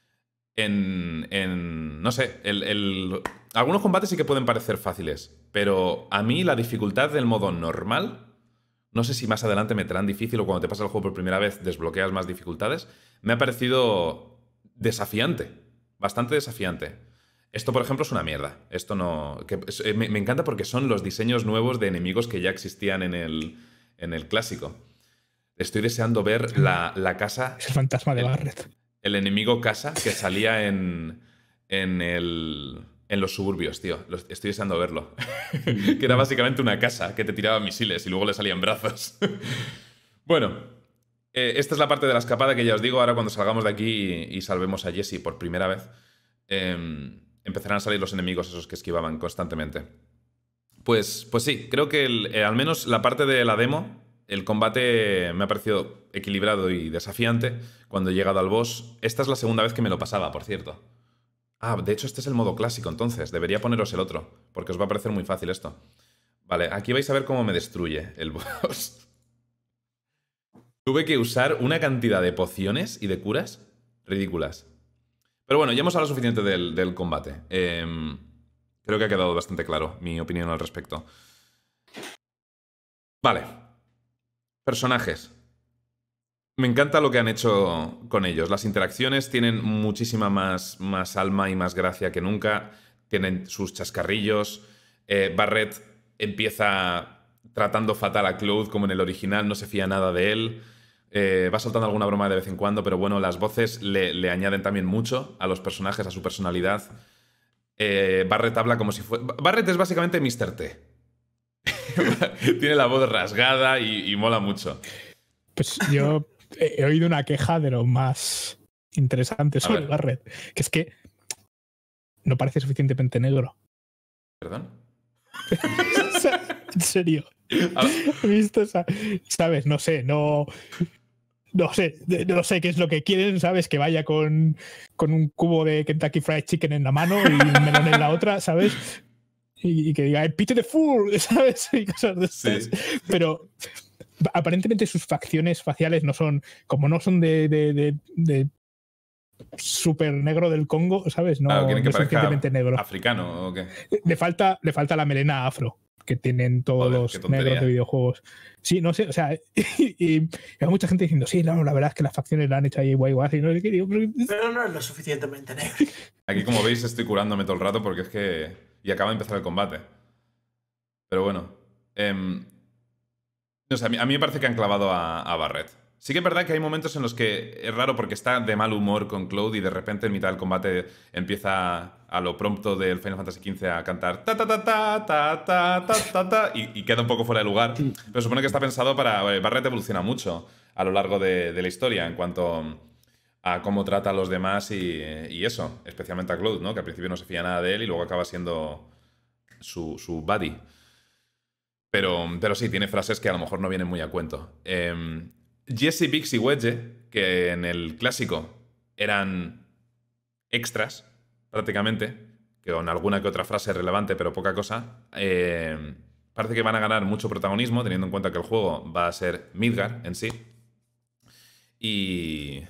S1: En, en no sé, el, el, algunos combates sí que pueden parecer fáciles, pero a mí la dificultad del modo normal, no sé si más adelante meterán difícil o cuando te pasa el juego por primera vez desbloqueas más dificultades, me ha parecido... desafiante, bastante desafiante. Esto, por ejemplo, es una mierda. Esto no... Que, me, me encanta porque son los diseños nuevos de enemigos que ya existían en el, en el clásico. Estoy deseando ver la, la casa...
S4: Es el fantasma de Barret.
S1: El, el enemigo casa que salía en, en, el, en los suburbios, tío. Estoy deseando verlo. Que era básicamente una casa que te tiraba misiles y luego le salían brazos. Bueno... Eh, esta es la parte de la escapada que ya os digo. Ahora cuando salgamos de aquí y, y salvemos a Jesse por primera vez, eh, empezarán a salir los enemigos esos que esquivaban constantemente. Pues, pues sí, creo que el, eh, al menos la parte de la demo, el combate me ha parecido equilibrado y desafiante cuando he llegado al boss. Esta es la segunda vez que me lo pasaba, por cierto. Ah, de hecho este es el modo clásico, entonces debería poneros el otro, porque os va a parecer muy fácil esto. Vale, aquí vais a ver cómo me destruye el boss. Tuve que usar una cantidad de pociones y de curas ridículas. Pero bueno, ya hemos hablado suficiente del, del combate. Eh, creo que ha quedado bastante claro mi opinión al respecto. Vale. Personajes. Me encanta lo que han hecho con ellos. Las interacciones tienen muchísima más, más alma y más gracia que nunca. Tienen sus chascarrillos. Eh, Barret empieza tratando fatal a Cloud como en el original, no se fía nada de él. Eh, va soltando alguna broma de vez en cuando, pero bueno, las voces le, le añaden también mucho a los personajes, a su personalidad. Eh, Barret habla como si fuera... Barret es básicamente míster T. Tiene la voz rasgada y, y mola mucho.
S4: Pues yo he oído una queja de lo más interesante sobre Barret, que es que no parece suficientemente negro.
S1: ¿Perdón?
S4: O sea, en serio. ¿Has visto esa? ¿Sabes? No sé, no... No sé, no sé qué es lo que quieren, ¿sabes? Que vaya con, con un cubo de Kentucky Fried Chicken en la mano y un melón en la otra, ¿sabes? Y, y que diga, pite de full, ¿sabes? Y cosas de estas. Sí. Pero aparentemente sus facciones faciales no son, como no son de, de, de, de súper negro del Congo, ¿sabes? No,
S1: claro, quieren que
S4: no es suficientemente negro.
S1: ¿Africano o qué?
S4: Le falta, le falta la melena afro que tienen todos
S1: Joder,
S4: los negros de videojuegos. Sí, no sé, o sea, y, y hay mucha gente diciendo, sí, no, la verdad es que las facciones la han hecho ahí guay, guay, y no sé qué digo, pero...
S2: pero no es lo suficientemente negro.
S1: Aquí, como veis, estoy curándome todo el rato porque es que... Y acaba de empezar el combate. Pero bueno. Eh... No sé, a mí, a mí me parece que han clavado a, a Barret. Sí que es verdad que hay momentos en los que es raro porque está de mal humor con Cloud y de repente en mitad del combate empieza a lo prompto del Final Fantasy quince a cantar ta ta ta ta ta ta ta ta ta y, y queda un poco fuera de lugar. Pero supone que está pensado para... Barret evoluciona mucho a lo largo de, de la historia en cuanto a cómo trata a los demás y, y eso, especialmente a Cloud, ¿no? Que al principio no se fía nada de él y luego acaba siendo su, su buddy. Pero, pero sí, tiene frases que a lo mejor no vienen muy a cuento. Eh, Jesse, Biggs y Wedge, que en el clásico eran extras, prácticamente, con alguna que otra frase relevante, pero poca cosa, eh, parece que van a ganar mucho protagonismo, teniendo en cuenta que el juego va a ser Midgar en sí. Y...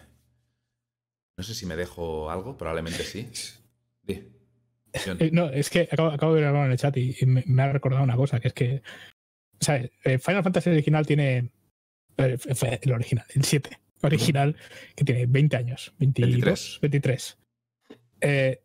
S1: no sé si me dejo algo, probablemente sí. Sí.
S4: Eh, no, es que acabo, acabo de ver algo en el chat y, y me, me ha recordado una cosa, que es que, ¿sabes? Final Fantasy original tiene... El original, el siete original, que tiene veinte años, veintidós, veintitrés. Eh,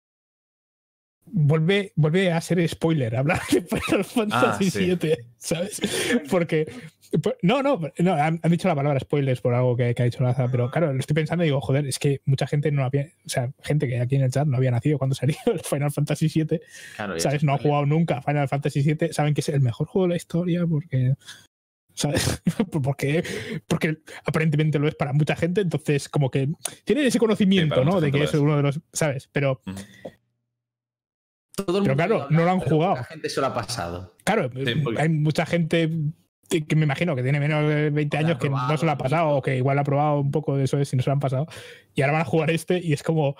S4: vuelve, vuelve a ser spoiler hablar de Final Fantasy ah, sí. siete, ¿sabes? Porque... No, no, no han, han dicho la palabra spoilers por algo que, que ha dicho Laza, pero claro, lo estoy pensando y digo, joder, es que mucha gente no había, o sea, gente que aquí en el chat no había nacido cuando salió el Final Fantasy siete, claro, ¿sabes? No ha jugado nunca Final Fantasy siete, saben que es el mejor juego de la historia porque, ¿sabes? porque, porque aparentemente lo es para mucha gente, entonces como que tienen ese conocimiento, sí, ¿no? De que es uno de los, ¿sabes? Pero... Mm.
S3: Todo el
S4: pero claro,
S3: habla,
S4: no lo han jugado.
S3: La gente se lo ha pasado.
S4: Claro, sí, porque... hay mucha gente... que me imagino que tiene menos de veinte años que no se lo ha pasado o que igual ha probado un poco de eso de si no se lo han pasado y ahora van a jugar este y es como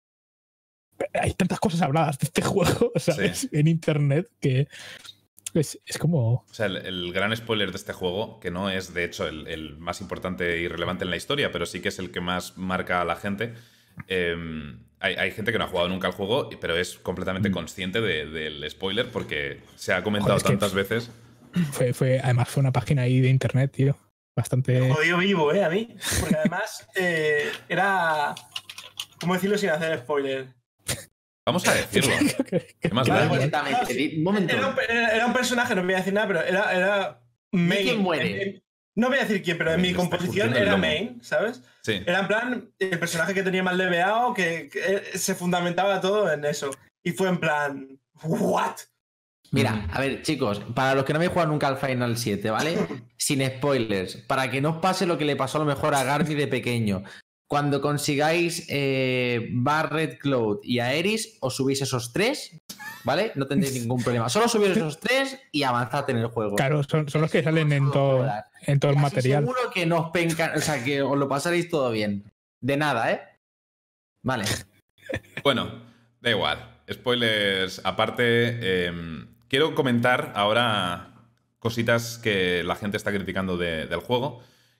S4: hay tantas cosas habladas de este juego, ¿sabes? Sí. En internet que es, es como...
S1: O sea, el, el gran spoiler de este juego, que no es de hecho el, el más importante y relevante en la historia, pero sí que es el que más marca a la gente. Eh, hay, hay gente que no ha jugado nunca al juego, pero es completamente consciente de, del spoiler porque se ha comentado Joder, tantas que... veces.
S4: Fue, fue, además fue una página ahí de internet, tío. Bastante...
S2: Jodido vivo, ¿eh? A mí. Porque además eh, era... ¿Cómo decirlo sin hacer spoiler?
S1: Vamos a decirlo. ¿Qué más da?
S2: Un momento. Era un, era un personaje, no voy a decir nada, pero era... era main.
S3: ¿Quién muere?
S2: En, en, no voy a decir quién, pero en mi composición era main, ¿sabes?
S1: Sí.
S2: Era en plan el personaje que tenía más leveado, que, que se fundamentaba todo en eso. Y fue en plan... ¿What?
S3: Mira, a ver, chicos, para los que no habéis jugado nunca al Final siete, ¿vale? Sin spoilers, para que no os pase lo que le pasó a lo mejor a Garby de pequeño. Cuando consigáis eh, Barret, Cloud y Aeris, os subís esos tres, ¿vale? No tendréis ningún problema. Solo subís esos tres y avanzad en el juego.
S4: Claro, son, son los que salen en todo, en todo el material.
S3: Seguro que no os pencan, o sea, que os lo pasaréis todo bien. De nada, ¿eh? Vale.
S1: Bueno, da igual. Spoilers aparte... Eh, Quiero comentar ahora cositas que la gente está criticando de, del juego,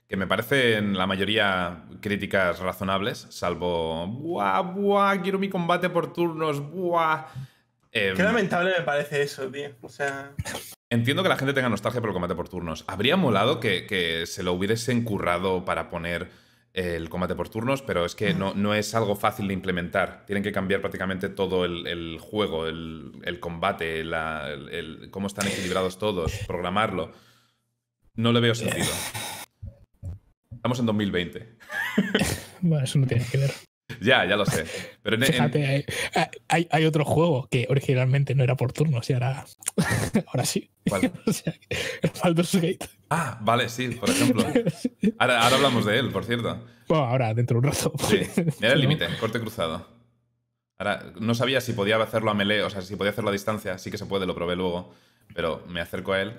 S1: que me parecen la mayoría críticas razonables, salvo buah, buah, quiero mi combate por turnos, buah. Eh,
S2: Qué lamentable me parece eso, tío. O sea...
S1: Entiendo que la gente tenga nostalgia por el combate por turnos. Habría molado que, que se lo hubiesen currado para poner el combate por turnos, pero es que no, no es algo fácil de implementar. Tienen que cambiar prácticamente todo el, el juego, el, el combate, la, el, el, cómo están equilibrados todos, programarlo. No le veo sentido. Estamos en dos mil veinte.
S4: Bueno, eso no tiene que ver.
S1: Ya, ya lo sé. Pero en,
S4: Fíjate,
S1: en...
S4: Hay, hay, hay otro juego que originalmente no era por turnos y ahora, ahora sí.
S1: ¿Cuál?
S4: O sea, el Baldur's Gate.
S1: Ah, vale, sí, por ejemplo. Ahora, ahora hablamos de él, por cierto.
S4: Bueno, ahora, dentro de un rato.
S1: Sí, era el límite, corte cruzado. Ahora, no sabía si podía hacerlo a melee, o sea, si podía hacerlo a distancia. Sí que se puede, lo probé luego. Pero me acerco a él.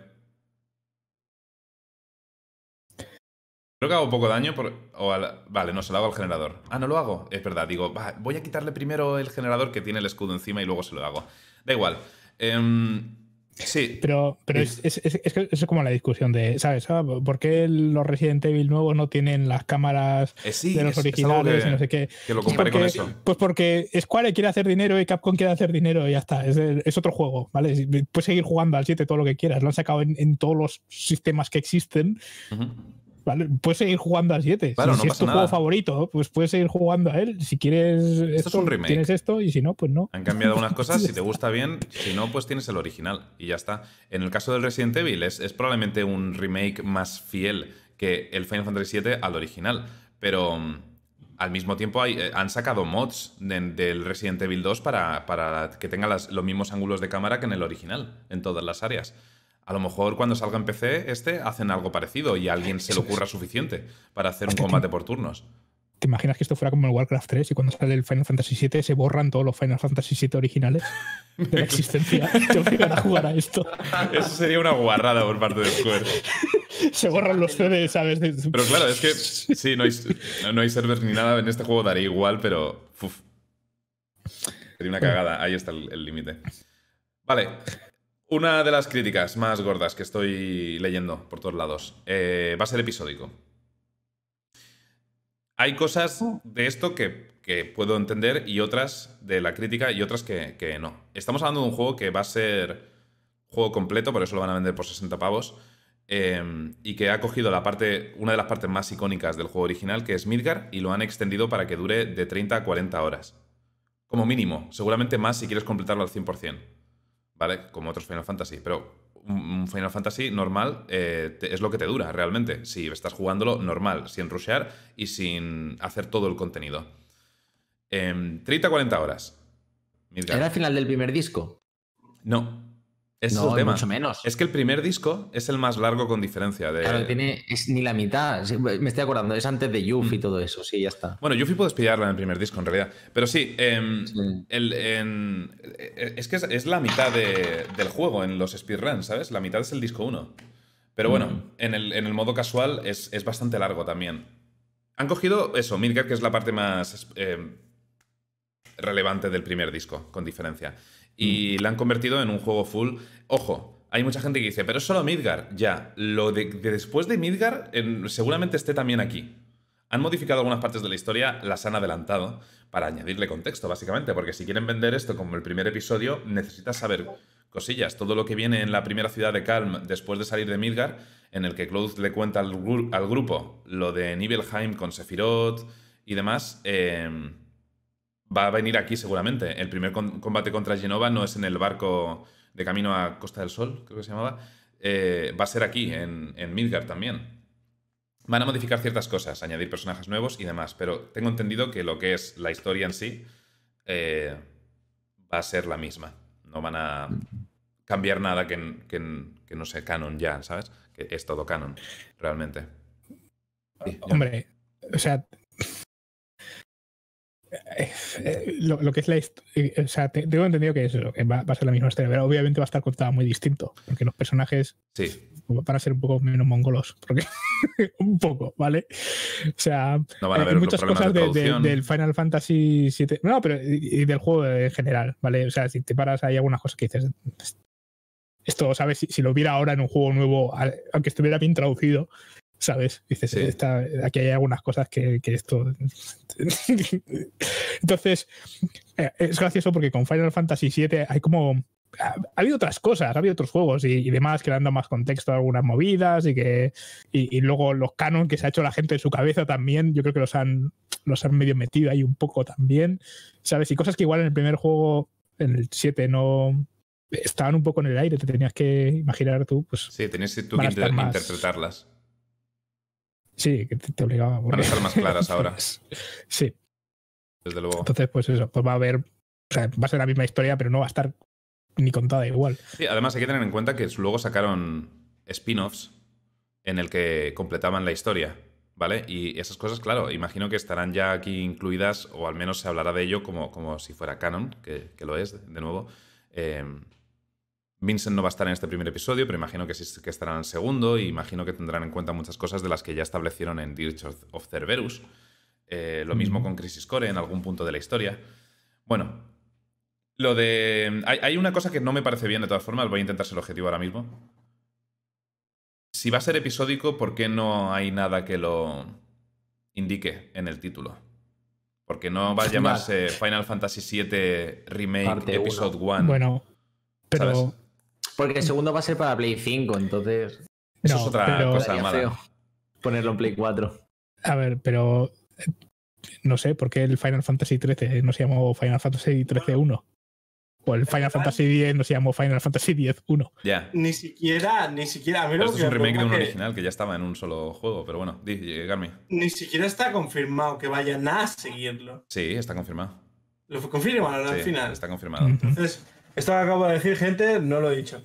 S1: Creo que hago poco daño por... O al... Vale, no, se lo hago al generador. Ah, no lo hago. Es verdad, digo, va, voy a quitarle primero el generador que tiene el escudo encima y luego se lo hago. Da igual. Eh, sí.
S4: Pero, pero es, es, es, es, que es como la discusión de, ¿sabes? ¿Por qué los Resident Evil nuevos no tienen las cámaras
S1: eh, sí,
S4: de los
S1: es,
S4: originales
S1: es
S4: y no sé qué?
S1: Que lo comparé
S4: porque,
S1: con eso.
S4: Pues porque Square quiere hacer dinero y Capcom quiere hacer dinero y ya está. Es, es otro juego, ¿vale? Puedes seguir jugando al siete todo lo que quieras. Lo han sacado en, en todos los sistemas que existen. Uh-huh. ¿Vale? Puedes seguir jugando al siete.
S1: Claro,
S4: si,
S1: no
S4: si
S1: pasa
S4: es tu
S1: nada.
S4: juego favorito, pues puedes seguir jugando a él. Si quieres
S1: esto,
S4: esto,
S1: es un remake.
S4: Tienes esto y si no, pues no.
S1: Han cambiado unas cosas, si te gusta bien, si no, pues tienes el original y ya está. En el caso del Resident Evil es, es probablemente un remake más fiel que el Final Fantasy siete al original, pero um, al mismo tiempo hay, eh, han sacado mods de, del Resident Evil dos para, para que tenga las, los mismos ángulos de cámara que en el original, en todas las áreas. A lo mejor cuando salga en P C este hacen algo parecido y a alguien se le ocurra suficiente para hacer un combate por turnos.
S4: ¿Te imaginas que esto fuera como el Warcraft tres y cuando sale el Final Fantasy siete se borran todos los Final Fantasy siete originales de la existencia? Te obligan a jugar a esto.
S1: Eso sería una guarrada por parte de Square.
S4: Se borran los C D, ¿sabes?
S1: Pero claro, es que sí, no hay, no hay servers ni nada en este juego, daría igual, pero uf, sería una cagada. Ahí está el límite. Vale. Una de las críticas más gordas que estoy leyendo por todos lados eh, va a ser episódico. Hay cosas de esto que, que puedo entender y otras de la crítica y otras que, que no. Estamos hablando de un juego que va a ser juego completo, por eso lo van a vender por sesenta pavos, eh, y que ha cogido la parte, una de las partes más icónicas del juego original, que es Midgar, y lo han extendido para que dure de treinta a cuarenta horas. Como mínimo, seguramente más si quieres completarlo al cien por cien. ¿Vale? Como otros Final Fantasy. Pero un Final Fantasy normal eh, te, es lo que te dura realmente. Si estás jugándolo normal, sin rushear y sin hacer todo el contenido. Eh, treinta a cuarenta horas. Midgar.
S3: ¿Era el final del primer disco?
S1: No. Ese
S3: No,
S1: es el tema.
S3: mucho menos.
S1: Es que el primer disco es el más largo con diferencia. De...
S3: Claro, tiene, es ni la mitad. Me estoy acordando, es antes de Yuffie y todo eso. Sí, ya está.
S1: Bueno, Yuffie puedes pillarla en el primer disco, en realidad. Pero sí, eh, sí. El, en, es que es, es la mitad de, del juego en los speedruns, ¿sabes? La mitad es el disco uno. Pero bueno, mm. en, el, en el modo casual es, es bastante largo también. Han cogido eso, Midgar, que es la parte más eh, relevante del primer disco, con diferencia. Y la han convertido en un juego full. Ojo, hay mucha gente que dice, pero es solo Midgar. Ya, lo de, de después de Midgar en, seguramente esté también aquí. Han modificado algunas partes de la historia, las han adelantado para añadirle contexto, básicamente, porque si quieren vender esto como el primer episodio, necesitas saber cosillas. Todo lo que viene en la primera ciudad de Kalm después de salir de Midgar, en el que Cloud le cuenta al, gru al grupo lo de Nibelheim con Sephiroth y demás... Eh, va a venir aquí seguramente. El primer combate contra Jenova no es en el barco de camino a Costa del Sol, creo que se llamaba. Eh, va a ser aquí, en, en Midgar también. Van a modificar ciertas cosas, añadir personajes nuevos y demás, pero tengo entendido que lo que es la historia en sí eh, va a ser la misma. No van a cambiar nada que, que, que no sea canon ya, ¿sabes? Que es todo canon, realmente. Sí,
S4: Hombre, o sea... Lo, lo que es la historia, o sea, tengo entendido que eso que va, va a ser la misma historia, pero obviamente va a estar contada muy distinto, porque los personajes
S1: sí.
S4: van a ser un poco menos mongolos, porque un poco, ¿vale? O sea,
S1: no van a
S4: hay muchas cosas de, de, del Final Fantasy siete, no, pero y, y del juego en general, ¿vale? O sea, si te paras hay algunas cosas que dices, esto, ¿sabes? Si, si lo viera ahora en un juego nuevo, aunque estuviera bien traducido, ¿sabes? Dices,
S1: Sí.
S4: esta- aquí hay algunas cosas que, que esto... Entonces, eh, es gracioso porque con Final Fantasy siete hay como... Ha, ha habido otras cosas, ha habido otros juegos y, y demás que le han dado más contexto a algunas movidas y que y, y luego los canon que se ha hecho la gente en su cabeza también, yo creo que los han, los han medio metido ahí un poco también, ¿sabes? Y cosas que igual en el primer juego, en el siete, no estaban un poco en el aire, te tenías que imaginar tú, pues
S1: Sí, tenías tú
S4: van
S1: que
S4: a estar
S1: inter-
S4: más-
S1: interpretarlas.
S4: sí, que te, te obligaba.
S1: Van a estar más claras ahora,
S4: Sí,
S1: desde luego.
S4: entonces pues eso, pues va a haber, o sea, va a ser la misma historia, pero no va a estar ni contada igual.
S1: Sí, además hay que tener en cuenta que luego sacaron spin-offs en el que completaban la historia, ¿vale? Y esas cosas, claro, imagino que estarán ya aquí incluidas, o al menos se hablará de ello como, como si fuera canon, que, que lo es, de nuevo. Eh, Vincent no va a estar en este primer episodio, pero imagino que sí que estará en el segundo, y imagino que tendrán en cuenta muchas cosas de las que ya establecieron en Dirge of, of Cerberus. Eh, lo mismo con Crisis Core en algún punto de la historia. Bueno, lo de... Hay, hay una cosa que no me parece bien, de todas formas, voy a intentar ser objetivo ahora mismo. Si va a ser episódico, ¿por qué no hay nada que lo indique en el título? Porque no va a llamarse Final Fantasy siete Remake
S3: Parte
S1: Episode uno.
S4: Bueno, pero...
S1: ¿sabes?
S3: Porque el segundo va a ser para Play cinco, entonces
S1: Eso
S4: no,
S1: es otra
S4: pero-
S1: cosa
S3: sería
S1: mala.
S3: feo ponerlo en Play cuatro.
S4: A ver, pero eh, no sé por qué el Final Fantasy trece no se llamó Final Fantasy trece uno. O el Final Fantasy diez no se llamó Final Fantasy diez uno.
S1: Ya.
S2: Ni siquiera, ni siquiera. A mí
S1: Pero
S2: lo
S1: esto
S2: que
S1: es un
S2: me
S1: remake de un
S2: preocupa que
S1: original que ya estaba en un solo juego, pero bueno, di, Garmi.
S2: Ni siquiera está confirmado que vayan a seguirlo.
S1: Sí, está confirmado.
S2: Lo confirman al
S1: Sí,
S2: final.
S1: está confirmado.
S2: Entonces, esto que acabo de decir, gente, no lo he dicho.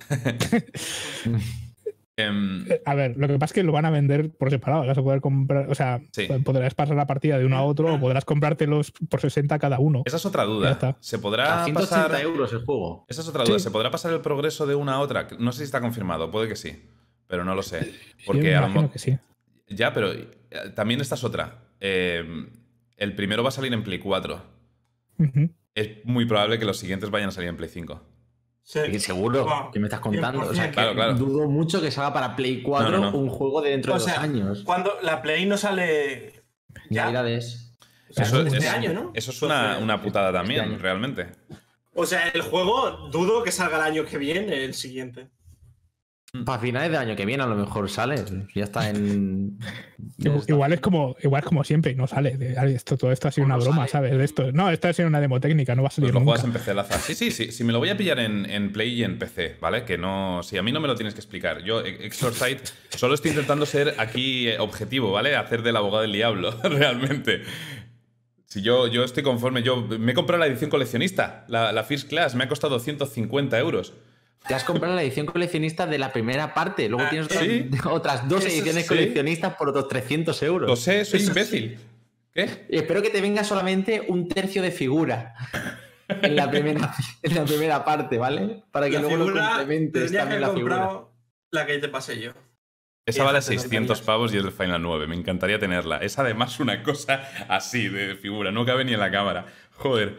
S1: Em,
S4: A ver, lo que pasa es que lo van a vender por separado. Vas a poder comprar, o sea,
S1: Sí.
S4: podrás pasar la partida de uno a otro o podrás comprártelos por sesenta cada uno.
S1: esa es otra
S4: Ya
S1: duda.
S4: está.
S1: ¿Se
S3: A
S1: podrá
S3: ciento ochenta
S1: pasar...?
S3: euros el juego.
S1: Esa es otra duda.
S4: Sí.
S1: ¿Se podrá pasar el progreso de una a otra? No sé si está confirmado, puede que sí, pero no lo sé.
S4: Yo
S1: Porque
S4: me
S1: a lo
S4: imagino
S1: mo-
S4: que sí.
S1: Ya, pero eh, también esta es otra. Eh, el primero va a salir en Play cuatro.
S4: Ujú.
S1: Es muy probable que los siguientes vayan a salir en Play cinco.
S2: Sí.
S3: Y seguro
S2: Wow.
S3: que me estás contando. O sea, que
S1: Claro, claro.
S3: dudo mucho que salga para Play cuatro
S1: No, no, no.
S3: un juego de dentro
S2: O
S3: de
S2: sea,
S3: dos años.
S2: Cuando la Play no sale. Ya.
S3: Navidades.
S2: O sea,
S1: Eso
S2: este
S1: es,
S2: año, ¿no?
S1: eso es una,
S2: Entonces,
S1: una putada también,
S3: año.
S1: realmente.
S2: O sea, el juego dudo que salga el año que viene, el siguiente.
S3: Para finales del año que viene a lo mejor sale. Ya está en... ya está.
S4: Igual es como igual es como siempre, no sale. De- ay, Esto, todo esto ha sido
S3: O
S4: una
S3: no
S4: broma,
S3: sale.
S4: ¿sabes? De esto. No, esta ha sido una demo técnica, no va a
S1: Pues
S4: salir
S1: lo
S4: nunca.
S1: juegas en P C, Laza. Sí, sí, sí. Si me lo voy a pillar en, en Play y en P C, ¿vale? Que no. Si a mí no me lo tienes que explicar. Yo, Exorcite, solo estoy intentando ser aquí eh, objetivo, ¿vale? Hacer del abogado del diablo, realmente. Si yo, yo estoy conforme, yo me he comprado la edición coleccionista, la, la First Class, me ha costado ciento cincuenta euros.
S3: Te has comprado la edición coleccionista de la primera parte. Luego
S2: Ah,
S3: tienes otras,
S1: ¿sí?
S3: otras dos
S2: Eso
S3: ediciones
S1: sí.
S3: coleccionistas por otros trescientos euros.
S1: Lo sé, soy
S2: Eso
S1: imbécil. ¿Qué?
S3: Y espero que te venga solamente un tercio de figura en la primera, en la primera parte, ¿vale? Para que
S2: La
S3: luego lo
S2: figura
S3: complementes
S2: tendría que
S3: también
S2: haber
S3: la figura.
S2: comprado la que te pasé yo.
S1: Esa
S2: Y
S1: vale
S2: déjate
S1: seiscientos
S2: tonterías.
S1: pavos y es del Final nueve. Me encantaría tenerla. Es además una cosa así de figura. No cabe ni en la cámara. Joder.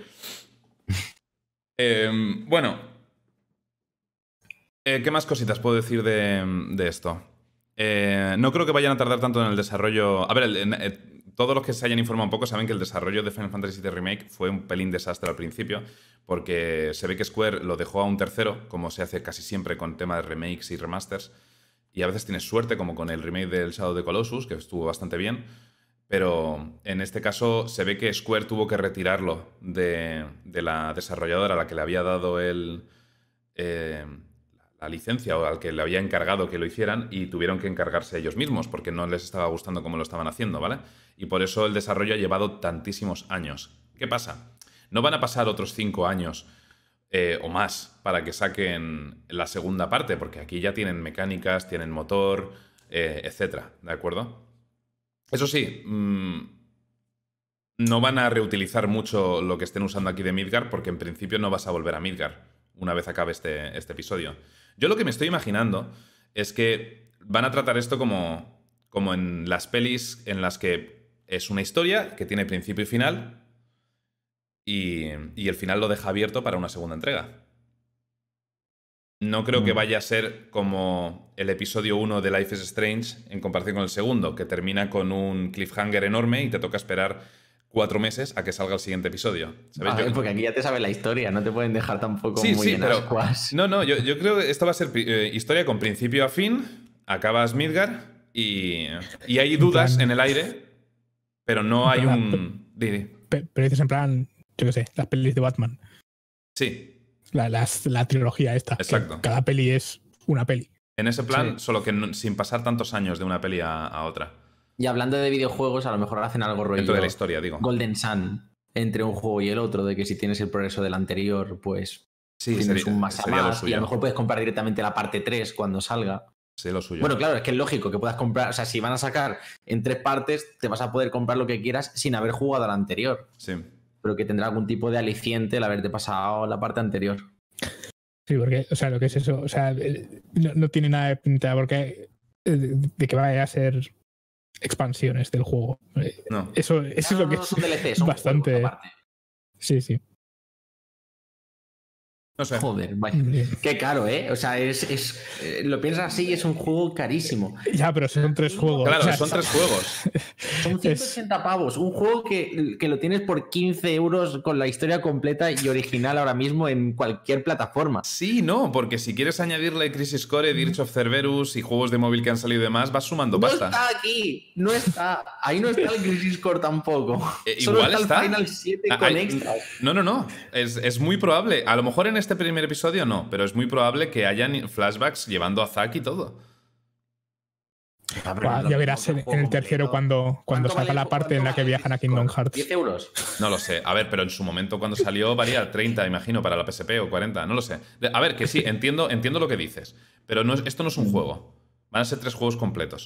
S1: Eh, bueno. Eh, ¿Qué más cositas puedo decir de, de esto? Eh, no creo que vayan a tardar tanto en el desarrollo... A ver, el- en- eh, todos los que se hayan informado un poco saben que el desarrollo de Final Fantasy siete Remake fue un pelín desastre al principio, porque se ve que Square lo dejó a un tercero, como se hace casi siempre con temas de remakes y remasters, y a veces tienes suerte, como con el remake del Shadow of the Colossus, que estuvo bastante bien, pero en este caso se ve que Square tuvo que retirarlo de, de la desarrolladora a la que le había dado el, eh, la licencia o al que le había encargado que lo hicieran, y tuvieron que encargarse ellos mismos porque no les estaba gustando cómo lo estaban haciendo, ¿vale? Y por eso el desarrollo ha llevado tantísimos años. ¿Qué pasa? No van a pasar otros cinco años eh, o más para que saquen la segunda parte, porque aquí ya tienen mecánicas, tienen motor, eh, etcétera, ¿de acuerdo? Eso sí, mmm, no van a reutilizar mucho lo que estén usando aquí de Midgar, porque en principio no vas a volver a Midgar una vez acabe este, este episodio. Yo lo que me estoy imaginando es que van a tratar esto como, como en las pelis en las que es una historia que tiene principio y final, y, y el final lo deja abierto para una segunda entrega. no creo que
S3: Mm.
S1: vaya a ser como el episodio uno de Life is Strange en comparación con el segundo, que termina con un cliffhanger enorme y te toca esperar cuatro meses a que salga el siguiente episodio. ¿Sabes?
S3: A ver,
S1: Yo-
S3: porque aquí ya te sabes la historia, no te pueden dejar tampoco
S1: Sí,
S3: muy
S1: sí,
S3: en
S1: pero-
S3: ascuas.
S1: No, no, yo, yo creo que esto va a ser eh, historia con principio a fin, acabas Midgar y, y hay
S4: En
S1: dudas
S4: plan-
S1: en el aire, pero no hay un... di, di.
S4: Pe- Pero dices en plan, yo qué sé, las pelis de Batman.
S1: Sí,
S4: La, las- la trilogía esta. que
S1: Exacto.
S4: cada peli es una peli.
S1: en ese plan,
S3: Sí.
S1: solo que no- sin pasar tantos años de una peli a, a otra.
S3: Y hablando de videojuegos, a lo mejor hacen algo rollo
S1: Dentro de la historia, digo.
S3: Golden Sun entre un juego y el otro, de que si tienes el progreso del anterior, pues
S1: Sí,
S3: tienes
S1: sería,
S3: un más a
S1: sería lo
S3: más y
S1: suyo.
S3: a lo mejor puedes comprar directamente la parte tres cuando salga.
S1: Sería lo suyo.
S3: Bueno, claro, es que es lógico que puedas comprar, o sea, si van a sacar en tres partes, te vas a poder comprar lo que quieras sin haber jugado a la anterior,
S1: Sí.
S3: pero que tendrá algún tipo de aliciente el haberte pasado la parte anterior.
S4: Sí, porque, o sea, lo que es eso, o sea, el- no, no tiene nada de pinta porque eh, de, de que vaya a ser expansiones del juego. Eh,
S1: No.
S4: Eso, eso es lo que
S3: No,
S4: es
S3: son D L C, son
S4: bastante.
S3: juegos aparte.
S4: Sí, sí.
S1: No sé.
S3: Joder, vaya. Qué caro, ¿eh? O sea, es, es eh, lo piensas así y es un juego carísimo.
S4: Ya, pero son tres juegos.
S1: Claro,
S4: O sea,
S1: son tres juegos.
S3: Son ciento ochenta pavos. Un juego que, que lo tienes por quince euros con la historia completa y original ahora mismo en cualquier plataforma.
S1: Sí, no, porque si quieres añadirle Crisis Core, Dirge of Cerberus y juegos de móvil que han salido y demás, vas sumando
S3: No
S1: pasta.
S3: está aquí, no está. Ahí no está el Crisis Core tampoco.
S1: Eh,
S3: Solo
S1: igual
S3: está,
S1: está.
S3: el Final siete
S1: Ah,
S3: con
S1: hay-
S3: extras.
S1: No, no, no. Es, es muy probable. A lo mejor en este primer episodio no, pero es muy probable que hayan flashbacks llevando a Zack y todo.
S3: Ah, pero
S4: Buah,
S3: no es lo
S4: ya
S3: mismo
S4: verás
S3: que un
S4: en,
S3: juego
S4: en el tercero
S3: completo.
S4: cuando, cuando
S3: ¿Cuánto
S4: salga
S3: vale-
S4: la parte en
S3: cuánto
S4: la que
S3: vale
S4: viajan a
S3: Crisis
S4: Kingdom
S3: Core?
S4: Hearts.
S3: ¿diez euros?
S1: No lo sé. A ver, pero en su momento cuando salió valía treinta, imagino, para la P S P o cuarenta. No lo sé. A ver, que sí, entiendo, entiendo lo que dices. Pero no es- esto no es un juego. Van a ser tres juegos completos.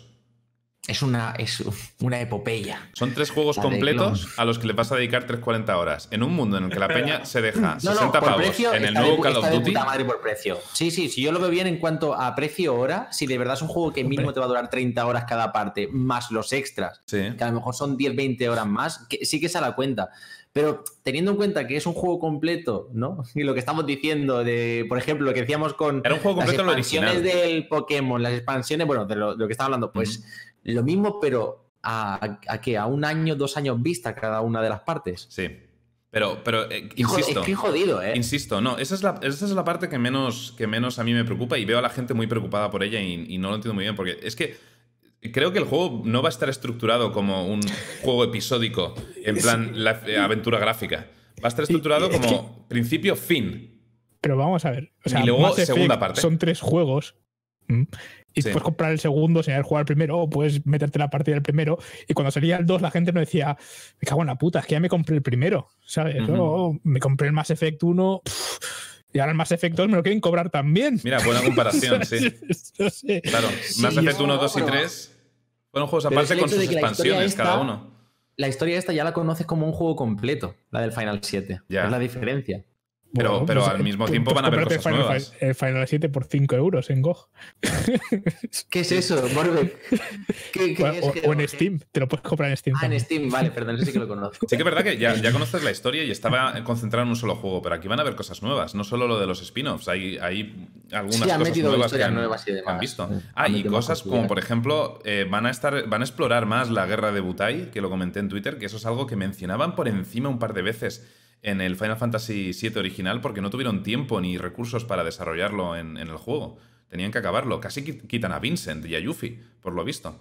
S3: Es una, es una epopeya.
S1: Son tres juegos
S3: La de
S1: completos
S3: clones.
S1: a los que le vas a dedicar trescientas cuarenta horas. En un mundo en el que la peña se deja
S3: No,
S1: sesenta
S3: no, por
S1: pavos
S3: precio
S1: en el
S3: está
S1: nuevo
S3: de,
S1: Call
S3: está
S1: of
S3: de
S1: Duty.
S3: puta madre por precio. Sí, sí, sí, yo lo veo bien en cuanto a precio-hora. Si de verdad es un juego que mínimo te va a durar treinta horas cada parte, más los extras,
S1: Sí.
S3: que a lo mejor son diez, veinte horas más, que sí que se da cuenta. Pero teniendo en cuenta que es un juego completo, ¿no? Y lo que estamos diciendo de, por ejemplo, lo que decíamos con
S1: Era un juego
S3: las
S1: completo en lo
S3: expansiones
S1: original.
S3: del Pokémon, las expansiones, bueno, de lo, de lo que estaba hablando, pues lo mismo, pero a, a que a un año, dos años vista cada una de las partes.
S1: Sí. Pero, pero eh,
S3: Y jod-
S1: insisto.
S3: es que jodido, ¿eh?
S1: Insisto, no, esa es la, esa es la parte que menos, que menos a mí me preocupa y veo a la gente muy preocupada por ella y, y no lo entiendo muy bien, porque es que creo que el juego no va a estar estructurado como un juego episódico, en plan la eh, aventura gráfica. Va a estar estructurado
S4: es
S1: como principio-fin.
S4: Pero vamos a ver. O sea,
S1: Y luego,
S4: Mass Effect
S1: segunda parte.
S4: Son tres juegos. ¿m? Y
S1: Sí.
S4: puedes comprar el segundo sin haber jugado el primero, o puedes meterte en la partida del primero. Y cuando salía el dos, la gente no decía, me cago en la puta, es que ya me compré el primero, ¿sabes?
S1: Ujú.
S4: No, me compré el Mass Effect uno, pff, y ahora el Mass Effect dos me lo quieren cobrar también.
S1: Mira, buena comparación, sí.
S4: No sé.
S1: Claro,
S3: Sí,
S1: Mass Effect
S3: no,
S1: uno, dos y
S3: pero-
S1: tres fueron juegos
S3: Pero es
S1: aparte
S3: el
S1: con
S3: hecho de
S1: sus
S3: que la historia
S1: expansiones,
S3: esta-
S1: cada uno.
S3: La historia esta ya la conoces como un juego completo, la del Final siete.
S1: Ya.
S3: Es la diferencia.
S1: Pero-
S4: Bueno,
S1: pero
S4: pues,
S1: al
S4: eh,
S1: mismo
S4: pues,
S1: tiempo
S4: pues
S1: van a haber
S4: cómprate
S1: cosas
S4: Final,
S1: nuevas.
S4: El Final siete por cinco euros en G O G.
S3: ¿Qué es eso, Morbeck? ¿Qué, qué
S4: O,
S3: es?
S4: o-
S3: ¿Qué-
S4: o en
S3: qué?
S4: Steam, te lo puedes comprar en Steam.
S3: Ah, en
S4: también.
S3: Steam, vale, perdón, ese sí que lo conozco.
S1: Sí que es verdad que ya, ya conoces la historia y estaba concentrado en un solo juego, pero aquí van a haber cosas nuevas, no solo lo de los spin-offs, hay, hay algunas
S3: Sí, han
S1: cosas
S3: metido
S1: nuevas que
S3: historias
S1: han,
S3: nuevas y
S1: que han
S3: demás.
S1: visto.
S3: Sí,
S1: Ah,
S3: han
S1: y
S3: metido más
S1: cosas como,
S3: cosillas.
S1: por ejemplo, eh, van, a estar, van a explorar más la guerra de Butai, que lo comenté en Twitter, que eso es algo que mencionaban por encima un par de veces en el Final Fantasy siete original porque no tuvieron tiempo ni recursos para desarrollarlo en, en el juego. Tenían que acabarlo. Casi qui- quitan a Vincent y a Yuffie, por lo visto.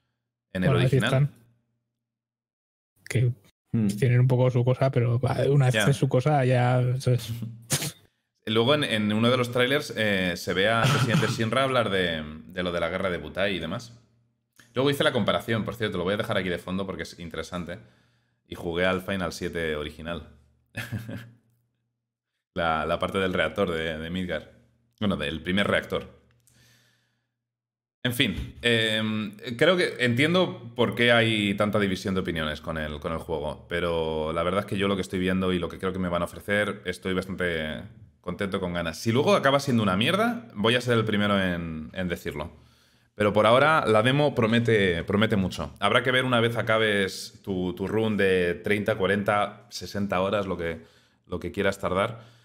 S1: En el
S4: Bueno, así
S1: original.
S4: están. Que
S3: Mm.
S4: tienen un poco su cosa, pero va, una vez
S1: Ya.
S4: es su cosa, ya. ¿sabes?
S1: Luego en, en uno de los trailers eh, se ve al presidente Shinra hablar de, de lo de la guerra de Butai y demás. Luego hice la comparación, por cierto, lo voy a dejar aquí de fondo porque es interesante. Y jugué al Final siete original. la, la parte del reactor de, de Midgar. Bueno, del primer reactor. En fin, eh, creo que entiendo por qué hay tanta división de opiniones con el, con el juego, pero la verdad es que yo lo que estoy viendo y lo que creo que me van a ofrecer, estoy bastante contento con ganas. Si luego acaba siendo una mierda, voy a ser el primero en, en decirlo. Pero por ahora la demo promete, promete mucho. Habrá que ver una vez acabes tu, tu run de treinta, cuarenta, sesenta horas, lo que, lo que quieras tardar.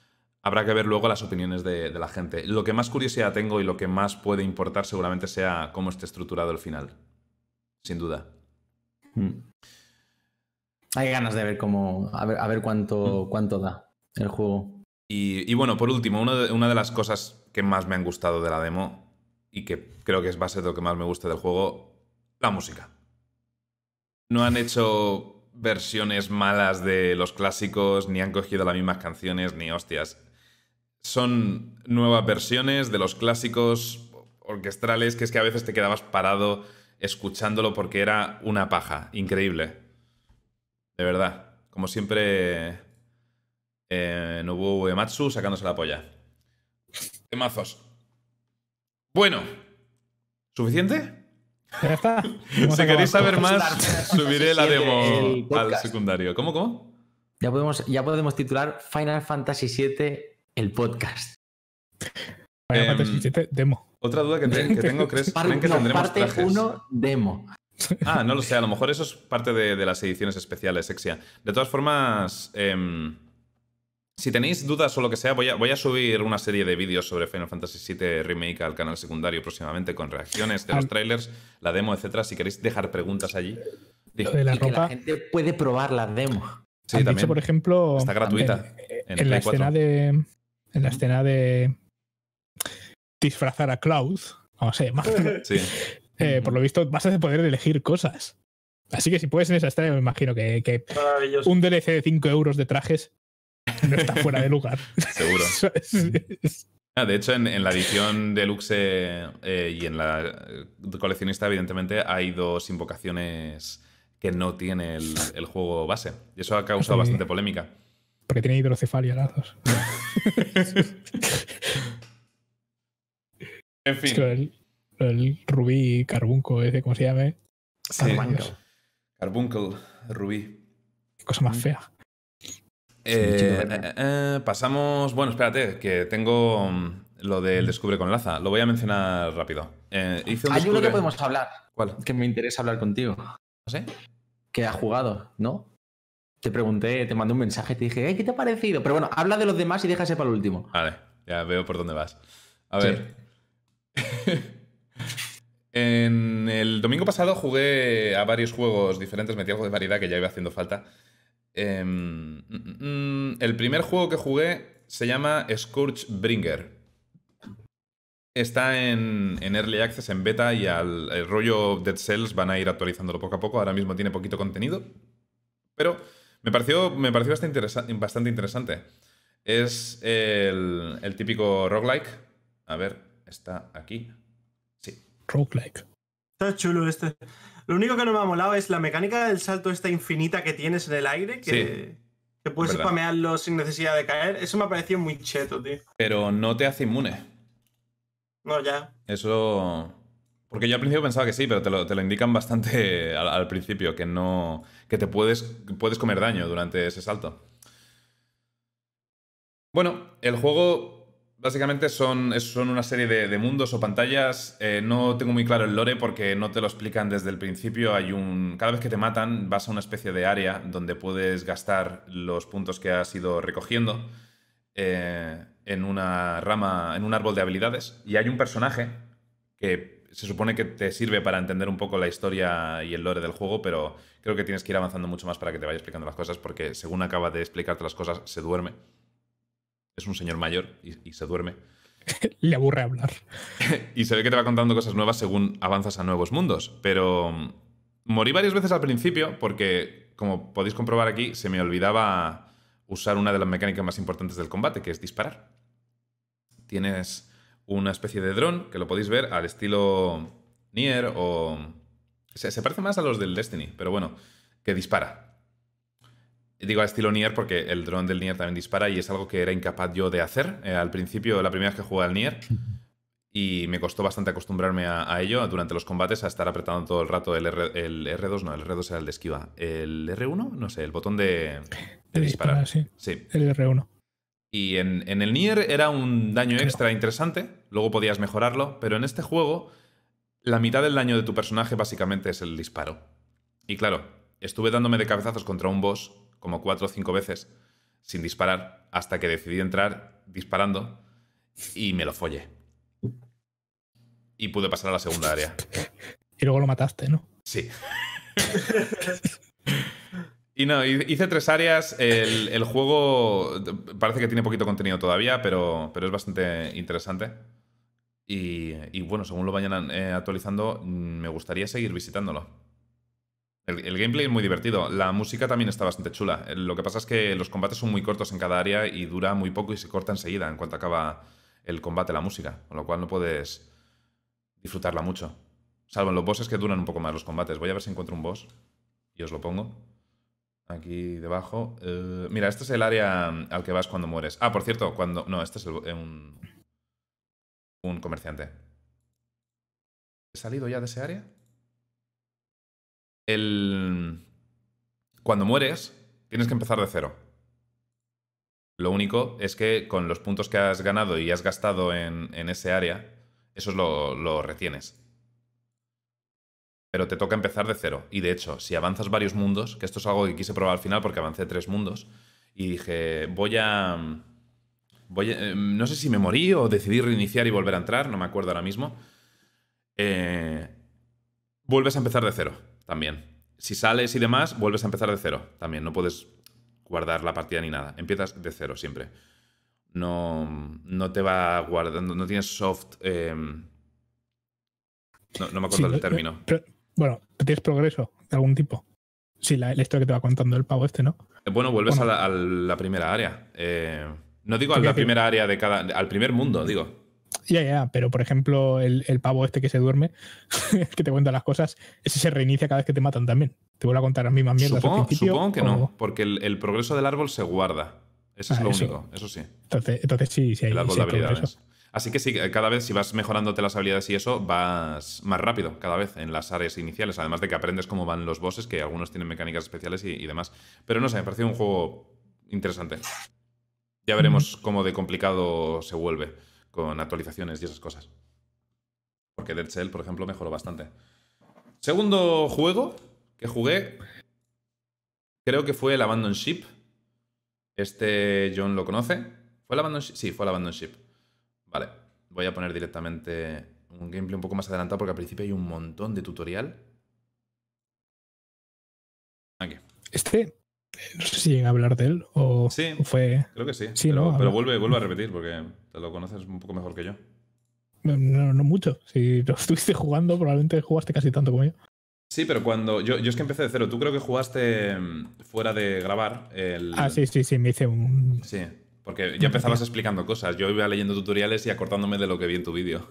S1: habrá que ver luego las opiniones de, de la gente. Lo que más curiosidad tengo y lo que más puede importar seguramente sea cómo esté estructurado el final. Sin duda.
S3: Mm. Hay ganas de ver cómo. A ver, a ver cuánto,
S1: Mm.
S3: cuánto da el juego.
S1: Y, y bueno, por último, una de, una de las cosas que más me han gustado de la demo y que creo que es base de lo que más me gusta del juego, la música. No han hecho versiones malas de los clásicos, ni han cogido las mismas canciones, ni hostias. Son nuevas versiones de los clásicos orquestrales que es que a veces te quedabas parado escuchándolo porque era una paja. Increíble. De verdad. Como siempre, eh, Nobuo Uematsu sacándose la polla. Temazos. Bueno. ¿Suficiente?
S4: Ya está.
S1: Si queréis saber más, subiré la
S3: Sí, el-
S1: demo
S3: el
S1: al
S3: podcast.
S1: secundario. ¿Cómo, cómo?
S3: Ya podemos, ya podemos titular Final Fantasy siete, el podcast.
S4: Final
S1: Em,
S4: Fantasy siete demo.
S1: Otra duda que, te- que tengo, ¿crees,
S3: Par-
S1: ¿creen que
S3: no,
S1: tendremos
S3: parte
S1: trajes?
S3: uno, demo.
S1: Ah, no lo sé, a lo mejor eso es parte de, de las ediciones especiales, Exia. De todas formas, em, si tenéis dudas o lo que sea, voy a, voy a subir una serie de vídeos sobre Final Fantasy siete Remake al canal secundario próximamente con reacciones de los
S4: Al-
S1: trailers, la demo, etcétera. Si queréis dejar preguntas allí. Di.
S4: Lo de la
S3: Y que la
S4: ropa.
S3: gente puede probar las demos.
S1: Sí,
S4: Han
S1: también.
S4: dicho, por ejemplo,
S1: Está gratuita.
S4: en,
S1: en
S4: en la
S1: Play cuatro.
S4: escena de. En la escena de disfrazar a Cloud, vamos a llamarlo,
S1: Sí.
S4: eh, por lo visto vas a poder elegir cosas. Así que si puedes en esa escena, me imagino que, que
S2: Maravilloso.
S4: un D L C de cinco euros de trajes no está fuera de lugar.
S1: Seguro.
S4: Es-
S1: Ah, de hecho, en, en la edición deluxe eh, y en la eh, coleccionista, evidentemente, hay dos invocaciones que no tiene el, el juego base. Y eso ha causado
S4: Sí.
S1: bastante polémica.
S4: Porque tiene hidrocefalia las dos.
S1: En
S4: Es
S1: fin.
S4: que el, el rubí carbunco, ese, ¿cómo se llame?
S1: Sí.
S4: Dios,
S1: Carbuncle, Rubí.
S4: qué cosa más fea.
S1: Eh,
S3: chico
S1: eh,
S3: verde.
S1: eh, eh, pasamos. Bueno, espérate, que tengo mm, lo del Descubre con Laza. Lo voy a mencionar rápido. Eh, hice un
S3: Hay uno
S1: descubre-
S3: que podemos hablar,
S1: ¿Cuál?
S3: que me interesa hablar contigo.
S1: ¿No sé?
S3: Que ha jugado, ¿no? Te pregunté, te mandé un mensaje, te dije, "Ey, ¿qué te ha parecido?" Pero bueno, habla de los demás y déjase para el último.
S1: Vale, ya veo por dónde vas. A
S3: Sí.
S1: ver. En el domingo pasado jugué a varios juegos diferentes, metí algo de variedad que ya iba haciendo falta. Em, mm, mm, el primer juego que jugué se llama Scourgebringer. Está en, en Early Access, en beta, y al el rollo Dead Cells van a ir actualizándolo poco a poco. Ahora mismo tiene poquito contenido. Pero me pareció, me pareció bastante, interesa- bastante interesante. Es el, el típico roguelike. A ver, está aquí. Sí.
S4: Roguelike.
S2: Está chulo este. Lo único que no me ha molado es la mecánica del salto esta infinita que tienes en el aire, que,
S1: Sí,
S2: que puedes
S1: es verdad.
S2: spamearlo sin necesidad de caer. Eso me ha parecido muy cheto, tío.
S1: Pero no te hace inmune.
S2: No, ya.
S1: Eso... Porque yo al principio pensaba que sí, pero te lo, te lo indican bastante al, al principio, que no... que te puedes, puedes comer daño durante ese salto. Bueno, el juego básicamente son, es- son una serie de, de mundos o pantallas. Eh, no tengo muy claro el lore porque no te lo explican desde el principio. Hay un... Cada vez que te matan vas a una especie de área donde puedes gastar los puntos que has ido recogiendo eh, en una rama, en un árbol de habilidades. Y hay un personaje que se supone que te sirve para entender un poco la historia y el lore del juego, pero creo que tienes que ir avanzando mucho más para que te vaya explicando las cosas, porque según acaba de explicarte las cosas, se duerme. Es un señor mayor y, y se duerme.
S4: Le aburre hablar.
S1: Y se ve que te va contando cosas nuevas según avanzas a nuevos mundos. Pero mm, morí varias veces al principio porque, como podéis comprobar aquí, se me olvidaba usar una de las mecánicas más importantes del combate, que es disparar. Tienes una especie de dron, que lo podéis ver al estilo Nier o... Se, se parece más a los del Destiny, pero bueno, que dispara. Digo al estilo Nier porque el dron del Nier también dispara y es algo que era incapaz yo de hacer eh, al principio, la primera vez que jugué al Nier. Y me costó bastante acostumbrarme a, a ello durante los combates, a estar apretando todo el rato el, R, el R dos, no, el R dos era el de esquiva. ¿El R uno? No sé, el botón de, de disparar.
S4: Sí,
S1: Sí.
S4: el R uno.
S1: Y en, en el Nier era un daño extra interesante, luego podías mejorarlo, pero en este juego la mitad del daño de tu personaje básicamente es el disparo. Y claro, estuve dándome de cabezazos contra un boss como cuatro o cinco veces, sin disparar hasta que decidí entrar disparando y me lo follé. Y pude pasar a la segunda área.
S4: Y luego lo mataste, ¿no?
S1: Sí. Y no, hice tres áreas. El, el juego parece que tiene poquito contenido todavía, pero, pero es bastante interesante. Y, y bueno, según lo vayan eh, actualizando, me gustaría seguir visitándolo. El, el gameplay es muy divertido. La música también está bastante chula. Lo que pasa es que los combates son muy cortos en cada área y dura muy poco y se corta enseguida en cuanto acaba el combate, la música. Con lo cual no puedes disfrutarla mucho. Salvo en los bosses que duran un poco más los combates. Voy a ver si encuentro un boss y os lo pongo. Aquí debajo. Uh, mira, este es el área al que vas cuando mueres. Ah, por cierto, cuando... No, este es el, un... Un comerciante. ¿He salido ya de ese área? El... Cuando mueres, tienes que empezar de cero. Lo único es que con los puntos que has ganado y has gastado en, en ese área, esos lo, lo retienes. Pero te toca empezar de cero. Y de hecho, si avanzas varios mundos, que esto es algo que quise probar al final porque avancé tres mundos, y dije, voy a... Voy a eh, no sé si me morí o decidí reiniciar y volver a entrar, no me acuerdo ahora mismo. Eh, vuelves a empezar de cero también. Si sales y demás, vuelves a empezar de cero también. No puedes guardar la partida ni nada. Empiezas de cero siempre. No, no te va guardando, no tienes soft... Eh, no, no me acuerdo
S4: sí,
S1: del término.
S4: Pero, bueno, ¿tienes progreso de algún tipo? Sí, la, la historia que te va contando el pavo este, ¿no?
S1: Bueno, vuelves
S4: bueno.
S1: A, la, a la primera área. Eh, no digo a la primera área de cada... Al primer mundo, digo.
S4: Ya, ya, pero por ejemplo, el, el pavo este que se duerme, que te cuenta las cosas, ese se reinicia cada vez que te matan también. Te vuelve a contar las mismas mierdas
S1: Supongo,
S4: al principio.
S1: Supongo que
S4: o...
S1: no, porque el, el progreso del árbol se guarda. Eso es ah, lo
S4: eso.
S1: único, eso sí.
S4: Entonces, entonces sí, sí hay,
S1: el árbol
S4: sí hay
S1: de habilidades.
S4: progreso.
S1: Así que sí, cada vez si vas mejorándote las habilidades y eso, vas más rápido cada vez en las áreas iniciales. Además de que aprendes cómo van los bosses, que algunos tienen mecánicas especiales y, y demás. Pero no sé, me pareció un juego interesante. Ya veremos mm. cómo de complicado se vuelve con actualizaciones y esas cosas. Porque Dead Cell, por ejemplo, mejoró bastante. Segundo juego que jugué, creo que fue el Abandon Ship. Este John lo conoce. ¿Fue el Abandon Ship? Sí, fue el Abandon Ship. Vale, voy a poner directamente un gameplay un poco más adelantado porque al principio hay un montón de tutorial. Aquí.
S4: Este, no sé si llega a hablar de él o
S1: sí,
S4: fue...
S1: creo que sí.
S4: sí
S1: pero
S4: ¿no?
S1: pero vuelve, vuelve a repetir porque te lo conoces un poco mejor que yo.
S4: No, no, no mucho. Si lo estuviste jugando, probablemente jugaste casi tanto como yo.
S1: Sí, pero cuando... Yo, yo es que empecé de cero. Tú creo que jugaste fuera de grabar el...
S4: Ah, sí, sí, sí. Me hice un...
S1: Sí, porque ya empezabas explicando cosas. Yo iba leyendo tutoriales y acordándome de lo que vi en tu vídeo.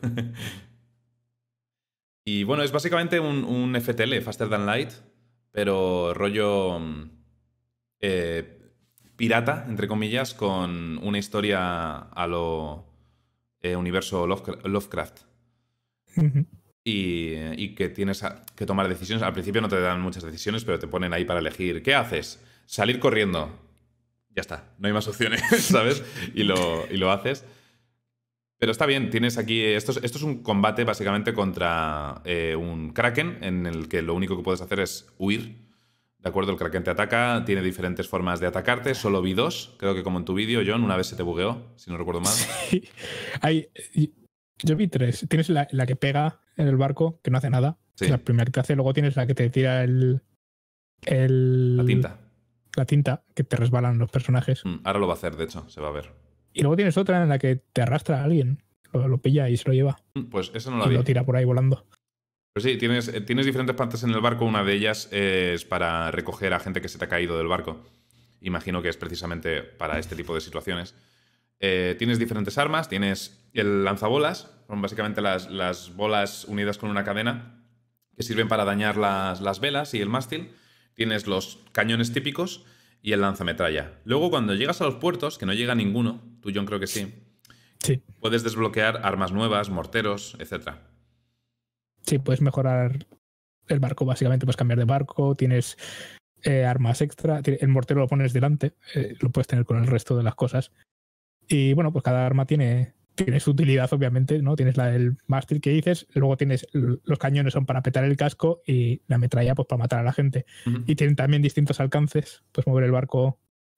S1: Y bueno, es básicamente un, un F T L, Faster Than Light, pero rollo... Eh, pirata, entre comillas, con una historia a lo eh, universo Lovecraft.
S4: Uh-huh.
S1: Y, y que tienes que tomar decisiones. Al principio no te dan muchas decisiones, pero te ponen ahí para elegir. ¿Qué haces? Salir corriendo. Ya está, no hay más opciones, ¿sabes? Y lo, y lo haces. Pero está bien, tienes aquí... Esto es, esto es un combate básicamente contra eh, un Kraken, en el que lo único que puedes hacer es huir. ¿De acuerdo? El Kraken te ataca, tiene diferentes formas de atacarte. Solo vi dos, creo que como en tu vídeo, John, una vez se te bugueó, si no recuerdo mal.
S4: Sí, hay... Yo vi tres. Tienes la, la que pega en el barco, que no hace nada.
S1: Sí.
S4: La primera que te hace. Luego tienes la que te tira el, el...
S1: La tinta.
S4: La tinta, que te resbalan los personajes.
S1: Mm, ahora lo va a hacer, de hecho, se va a ver.
S4: Y luego tienes otra en la que te arrastra a alguien. Lo, lo pilla y se lo lleva.
S1: Mm, pues eso no la
S4: y
S1: vi.
S4: lo tira por ahí volando.
S1: Pues sí, tienes, tienes diferentes partes en el barco. Una de ellas es para recoger a gente que se te ha caído del barco. Imagino que es precisamente para este tipo de situaciones. Eh, tienes diferentes armas, tienes el lanzabolas, son básicamente las, las bolas unidas con una cadena que sirven para dañar las, las velas y el mástil. Tienes los cañones típicos y el lanzametralla. Luego, cuando llegas a los puertos, que no llega ninguno, tú, John, creo que sí,
S4: sí.
S1: puedes desbloquear armas nuevas, morteros, etcétera.
S4: Sí, puedes mejorar el barco, básicamente puedes cambiar de barco, tienes eh, armas extra, el mortero lo pones delante, eh, lo puedes tener con el resto de las cosas. Y bueno, pues cada arma tiene, tiene su utilidad, obviamente, ¿no? Tienes la del mástil que dices, luego tienes los cañones son para petar el casco y la metralla pues para matar a la gente. Uh-huh. Y tienen también distintos alcances, puedes mover el barco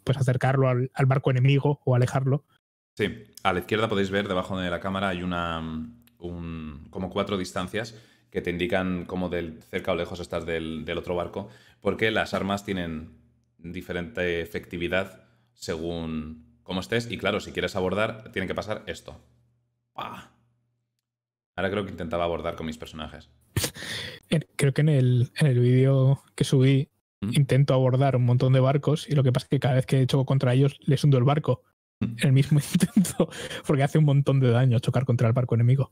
S4: pues acercarlo al, al barco enemigo o alejarlo.
S1: Sí, a la izquierda podéis ver, debajo de la cámara hay una un, como cuatro distancias que te indican cómo del cerca o lejos estás del, del otro barco, porque las armas tienen diferente efectividad según cómo estés. Y claro, si quieres abordar, tiene que pasar esto. ¡Pah! Ahora creo que intentaba abordar con mis personajes.
S4: Creo que en el, en el vídeo que subí
S1: ¿Mm?
S4: intento abordar un montón de barcos y lo que pasa es que cada vez que choco contra ellos les hundo el barco.
S1: ¿Mm?
S4: En el mismo intento, porque hace un montón de daño chocar contra el barco enemigo.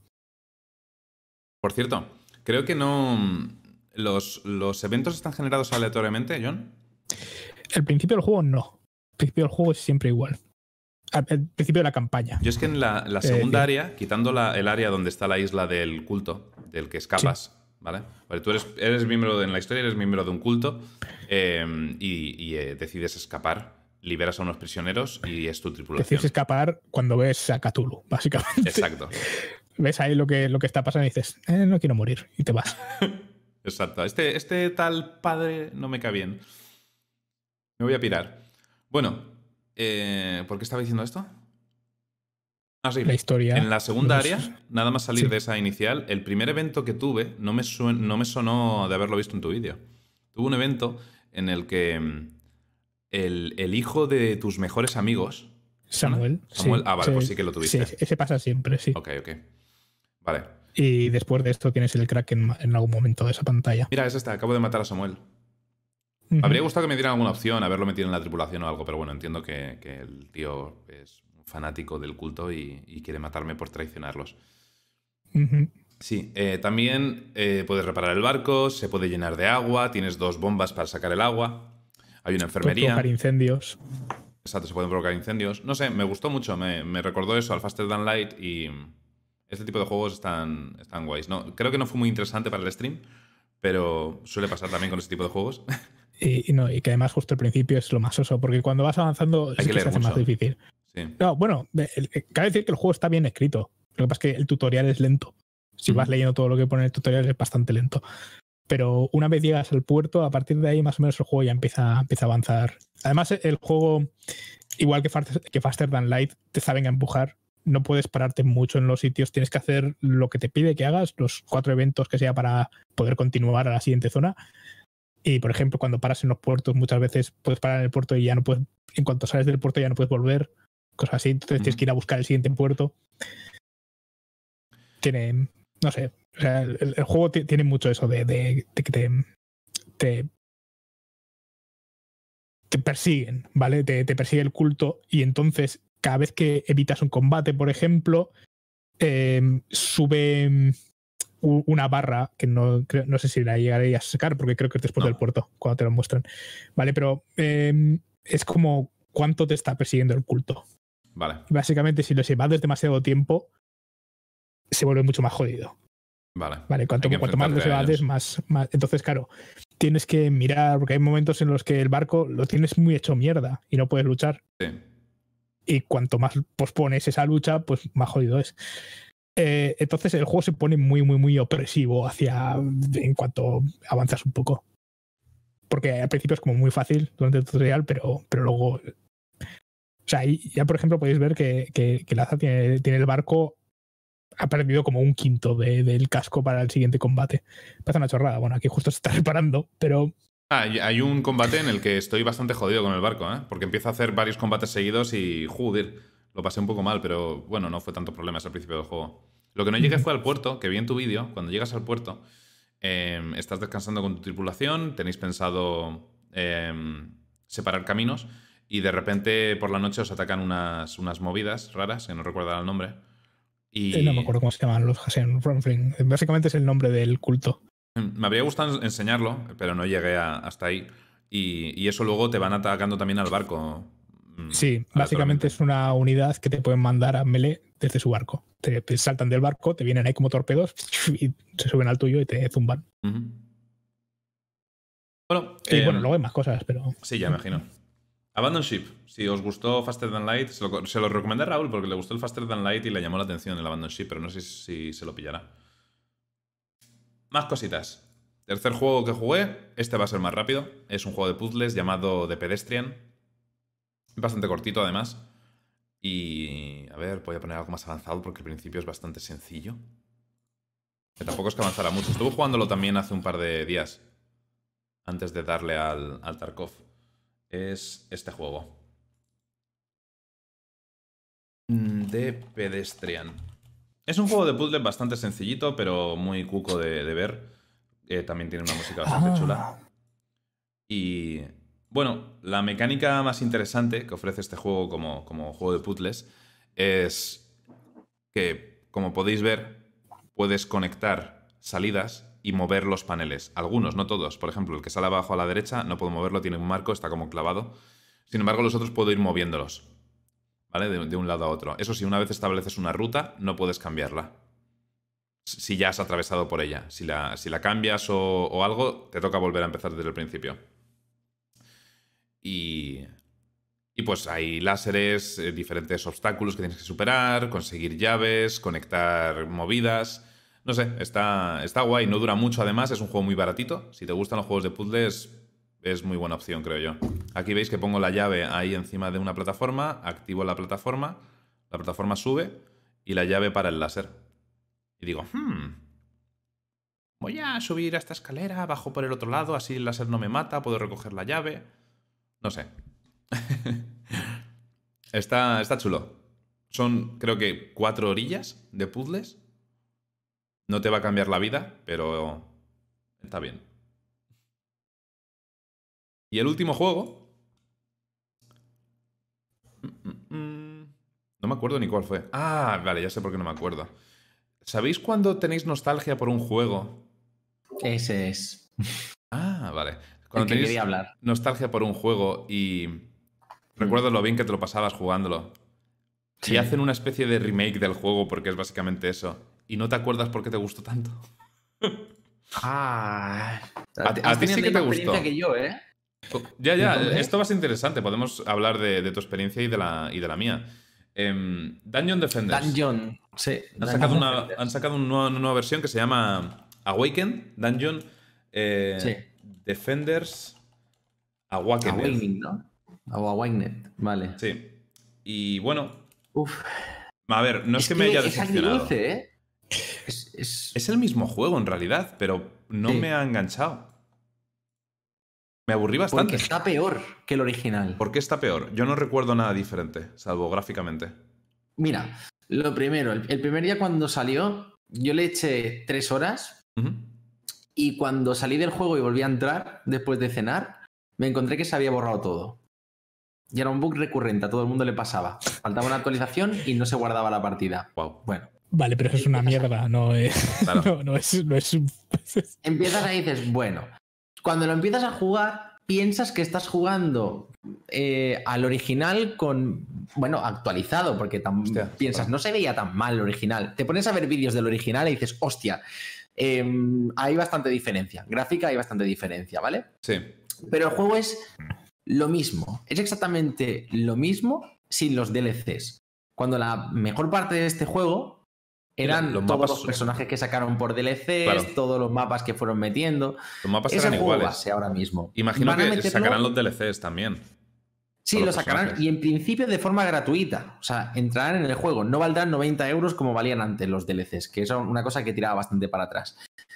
S1: Por cierto, creo que no... ¿Los, los eventos están generados aleatoriamente, John?
S4: El principio del juego no. El principio del juego es siempre igual. Al principio de la campaña.
S1: Yo es que en la, la segunda
S4: eh,
S1: área, quitando la, el área donde está la isla del culto, del que escapas, sí. ¿Vale? Vale, tú eres, eres miembro de, en la historia, eres miembro de un culto eh, y, y eh, decides escapar, liberas a unos prisioneros y es tu tripulación.
S4: Decides escapar cuando ves a Cthulhu, básicamente.
S1: Exacto.
S4: Ves ahí lo que, lo que está pasando y dices, eh, no quiero morir, y te vas.
S1: Exacto. Este, este tal padre no me cae bien. Me voy a pirar. Bueno, eh, ¿por qué estaba diciendo esto? Ah, sí.
S4: La historia.
S1: En la segunda
S4: los...
S1: área, nada más salir
S4: sí.
S1: de esa inicial, el primer evento que tuve no me, suen, no me sonó de haberlo visto en tu vídeo. Tuve un evento en el que el, el hijo de tus mejores amigos...
S4: Samuel.
S1: Samuel.
S4: Sí,
S1: ah, vale,
S4: sí,
S1: pues sí que lo tuviste.
S4: Sí, ese pasa siempre, sí.
S1: Ok, ok. Vale.
S4: Y después de esto tienes el crack en, en algún momento de esa pantalla.
S1: Mira, es esta. Acabo de matar a Samuel.
S4: Uh-huh.
S1: Me habría gustado que me dieran alguna opción, haberlo metido en la tripulación o algo, pero bueno, entiendo que, que el tío es un fanático del culto y, y quiere matarme por traicionarlos.
S4: Uh-huh.
S1: Sí, eh, también eh, puedes reparar el barco, se puede llenar de agua, tienes dos bombas para sacar el agua, hay una enfermería.
S4: Puedes provocar incendios.
S1: Exacto, se pueden provocar incendios. No sé, me gustó mucho, me, me recordó eso al Faster Than Light y este tipo de juegos están, están guays. No, creo que no fue muy interesante para el stream, pero suele pasar también con este tipo de juegos.
S4: Y, y, no, y que además justo al principio es lo más oso, porque cuando vas avanzando
S1: hay
S4: sí
S1: que,
S4: que
S1: leer
S4: se hace
S1: mucho.
S4: más difícil.
S1: Sí.
S4: No, bueno, el, el, cabe decir que el juego está bien escrito. Lo que pasa es que el tutorial es lento. Si mm. vas leyendo todo lo que pone el tutorial es bastante lento. Pero una vez llegas al puerto, a partir de ahí más o menos el juego ya empieza, empieza a avanzar. Además, el juego, igual que Faster, que Faster Than Light, te saben a empujar. No puedes pararte mucho en los sitios. Tienes que hacer lo que te pide que hagas, los cuatro eventos que sea para poder continuar a la siguiente zona. Y, por ejemplo, cuando paras en los puertos, muchas veces puedes parar en el puerto y ya no puedes, en cuanto sales del puerto ya no puedes volver. Cosas así. Entonces mm. tienes que ir a buscar el siguiente puerto. Tiene, no sé, o sea, el, el juego t- tiene mucho eso de, de, de que te, te, te persiguen, ¿vale? Te, te persigue el culto y entonces cada vez que evitas un combate, por ejemplo, eh, sube una barra que no, no sé si la llegaré a sacar porque creo que es después no. del puerto cuando te lo muestran, ¿vale? Pero eh, es como cuánto te está persiguiendo el culto.
S1: Vale.
S4: Básicamente, si lo evades demasiado tiempo, se vuelve mucho más jodido.
S1: Vale.
S4: Vale, cuanto, cuanto más los evades, más, más. Entonces, claro, tienes que mirar, porque hay momentos en los que el barco lo tienes muy hecho mierda y no puedes luchar.
S1: Sí.
S4: Y cuanto más pospones esa lucha, pues más jodido es. Eh, entonces el juego se pone muy, muy, muy opresivo hacia en cuanto avanzas un poco. Porque al principio es como muy fácil durante el tutorial, pero, pero luego. O sea, ya por ejemplo podéis ver que, que, que Laza tiene, tiene el barco. Ha perdido como un quinto de, del casco para el siguiente combate. Parece una chorrada. Bueno, aquí justo se está reparando, pero.
S1: Ah, hay un combate en el que estoy bastante jodido con el barco, ¿eh? Porque empiezo a hacer varios combates seguidos y, joder, lo pasé un poco mal, pero bueno, no fue tanto problema al principio del juego. Lo que no llegué fue al puerto, que vi en tu vídeo, cuando llegas al puerto, eh, estás descansando con tu tripulación, tenéis pensado eh, separar caminos y de repente por la noche os atacan unas, unas movidas raras, que no recuerdo el nombre. Y...
S4: Eh, no me acuerdo cómo se llaman los Hasen. Básicamente es el nombre del culto.
S1: Me habría gustado enseñarlo, pero no llegué a, hasta ahí. Y, y eso luego te van atacando también al barco.
S4: Sí, básicamente es una unidad que te pueden mandar a melee desde su barco. Te, te saltan del barco, te vienen ahí como torpedos y se suben al tuyo y te zumban.
S1: Uh-huh. Bueno,
S4: y
S1: eh,
S4: bueno, luego hay más cosas, pero...
S1: Sí, ya me imagino. Abandon Ship. Si os gustó Faster Than Light, se lo, se lo recomendé a Raúl porque le gustó el Faster Than Light y le llamó la atención el Abandon Ship, pero no sé si se lo pillará. Más cositas. Tercer juego que jugué, este va a ser más rápido. Es un juego de puzzles llamado The Pedestrian. Bastante cortito, además. Y... a ver, voy a poner algo más avanzado porque al principio es bastante sencillo. Que tampoco es que avanzara mucho. Estuve jugándolo también hace un par de días. Antes de darle al, al Tarkov. Es este juego. De Pedestrian. Es un juego de puzzle bastante sencillito, pero muy cuco de, de ver. Eh, también tiene una música bastante
S4: Ah.
S1: chula. Y... bueno, la mecánica más interesante que ofrece este juego como, como juego de puzzles es que, como podéis ver, puedes conectar salidas y mover los paneles. Algunos, no todos. Por ejemplo, el que sale abajo a la derecha no puedo moverlo, tiene un marco, está como clavado. Sin embargo, los otros puedo ir moviéndolos, ¿vale? De, de un lado a otro. Eso sí, una vez estableces una ruta, no puedes cambiarla. Si ya has atravesado por ella. Si la, si la cambias o, o algo, te toca volver a empezar desde el principio. Y, y pues hay láseres, eh, diferentes obstáculos que tienes que superar, conseguir llaves, conectar movidas. No sé, está, está guay, no dura mucho además, es un juego muy baratito. Si te gustan los juegos de puzzles, es muy buena opción, creo yo. Aquí veis que pongo la llave ahí encima de una plataforma, activo la plataforma, la plataforma sube y la llave para el láser. Y digo, hmm, voy a subir a esta escalera, bajo por el otro lado, así el láser no me mata, puedo recoger la llave. No sé. está, está chulo. Son, creo que, cuatro orillas de puzzles. No te va a cambiar la vida, pero está bien. Y el último juego... No me acuerdo ni cuál fue. Ah, vale, ya sé por qué no me acuerdo. ¿Sabéis cuando tenéis nostalgia por un juego?
S3: Ese es.
S1: Ah, vale.
S3: El
S1: Cuando
S3: que
S1: tenéis
S3: quería hablar.
S1: nostalgia por un juego y recuerdo lo bien que te lo pasabas jugándolo.
S3: Sí.
S1: Y hacen una especie de remake del juego porque es básicamente eso. Y no te acuerdas por qué te gustó tanto.
S3: Ah.
S1: A- a
S3: Has
S1: ti
S3: tenido
S1: sí
S3: la
S1: que te
S3: misma
S1: gustó.
S3: experiencia que yo, ¿eh?
S1: Ya, ya,
S3: Entonces-
S1: esto va a ser interesante. Podemos hablar de, de tu experiencia y de la, y de la mía. Em, Dungeon Defenders.
S3: Dungeon. Sí.
S1: Han
S3: Dungeon
S1: sacado, una,
S3: Defenders.
S1: han sacado un nuevo- una nueva versión que se llama Awaken Dungeon eh,
S3: Sí.
S1: Defenders Awakened.
S3: Awakening, ¿no? O Awakened, vale.
S1: Sí. Y bueno,
S3: Uf.
S1: a ver, no es, que, me haya
S3: es
S1: decepcionado.
S3: agridulce, ¿eh? Es, es-
S1: Es el mismo juego en realidad, pero no
S3: Sí.
S1: me ha enganchado. Me aburrí
S3: Porque
S1: bastante.
S3: está peor que el original.
S1: ¿Por qué está peor? Yo no recuerdo nada diferente, salvo gráficamente.
S3: Mira, lo primero, el, el primer día cuando salió, yo le eché tres horas
S1: Ujú.
S3: y cuando salí del juego y volví a entrar después de cenar, me encontré que se había borrado todo. Y era un bug recurrente, a todo el mundo le pasaba. Faltaba una actualización y no se guardaba la partida.
S1: Wow.
S3: Bueno,
S4: Vale, pero eso es una mierda, no es.
S1: Claro.
S4: No, no es, no es un-
S3: empiezas ahí y dices, bueno, cuando lo empiezas a jugar, piensas que estás jugando eh, al original con, bueno, actualizado, porque tam-
S1: Hostia,
S3: piensas,
S1: claro.
S3: no se veía tan mal el original. Te pones a ver vídeos del original y dices, hostia, eh, hay bastante diferencia. Gráfica hay bastante diferencia, ¿vale?
S1: Sí.
S3: Pero el juego es lo mismo. Es exactamente lo mismo sin los D L Cs. Cuando la mejor parte de este juego eran
S1: Los
S3: todos
S1: mapas
S3: los
S1: son-
S3: personajes que sacaron por D L Cs,
S1: Claro.
S3: todos los mapas que fueron metiendo.
S1: Los mapas
S3: Ese
S1: eran
S3: juego
S1: iguales.
S3: base ahora mismo.
S1: Imagino
S3: Van a
S1: que
S3: meterlo-
S1: sacarán los D L Cs también.
S3: Sí,
S1: con
S3: lo
S1: los
S3: sacarán
S1: personajes.
S3: y en principio de forma gratuita. O sea, entrarán en el juego. No valdrán noventa euros como valían antes los D L Cs, que es una cosa que tiraba bastante para atrás.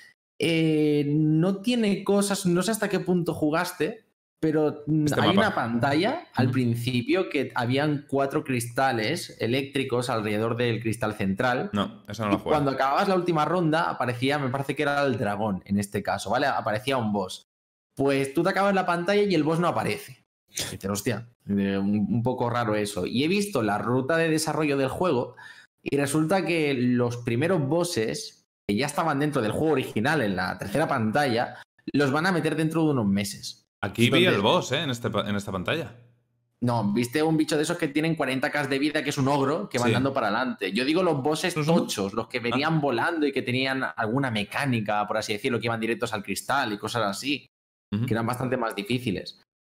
S3: Eh, no tiene cosas, no sé hasta qué punto jugaste, pero mm,
S1: Este
S3: hay
S1: mapa.
S3: una pantalla al
S1: Ujú.
S3: principio que habían cuatro cristales eléctricos alrededor del cristal central.
S1: No, esa no la
S3: Y
S1: juego.
S3: cuando acababas la última ronda, aparecía, me parece que era el dragón en este caso, ¿vale? Aparecía un boss. Pues tú te acabas la pantalla y el boss no aparece. Y dices, hostia, eh, un, un poco raro eso. Y he visto la ruta de desarrollo del juego y resulta que los primeros bosses que ya estaban dentro del juego original en la tercera pantalla, los van a meter dentro de unos meses.
S1: Aquí vi
S3: Entonces-
S1: el boss, ¿eh? En, este, pa- en esta pantalla.
S3: No, viste un bicho de esos que tienen cuarenta K de vida, que es un ogro, que van
S1: Sí.
S3: dando para adelante. Yo digo los bosses
S1: Ujú.
S3: tochos, los que venían volando y que tenían alguna mecánica, por así decirlo, que iban directos al cristal y cosas así,
S1: Ujú.
S3: que eran bastante más difíciles.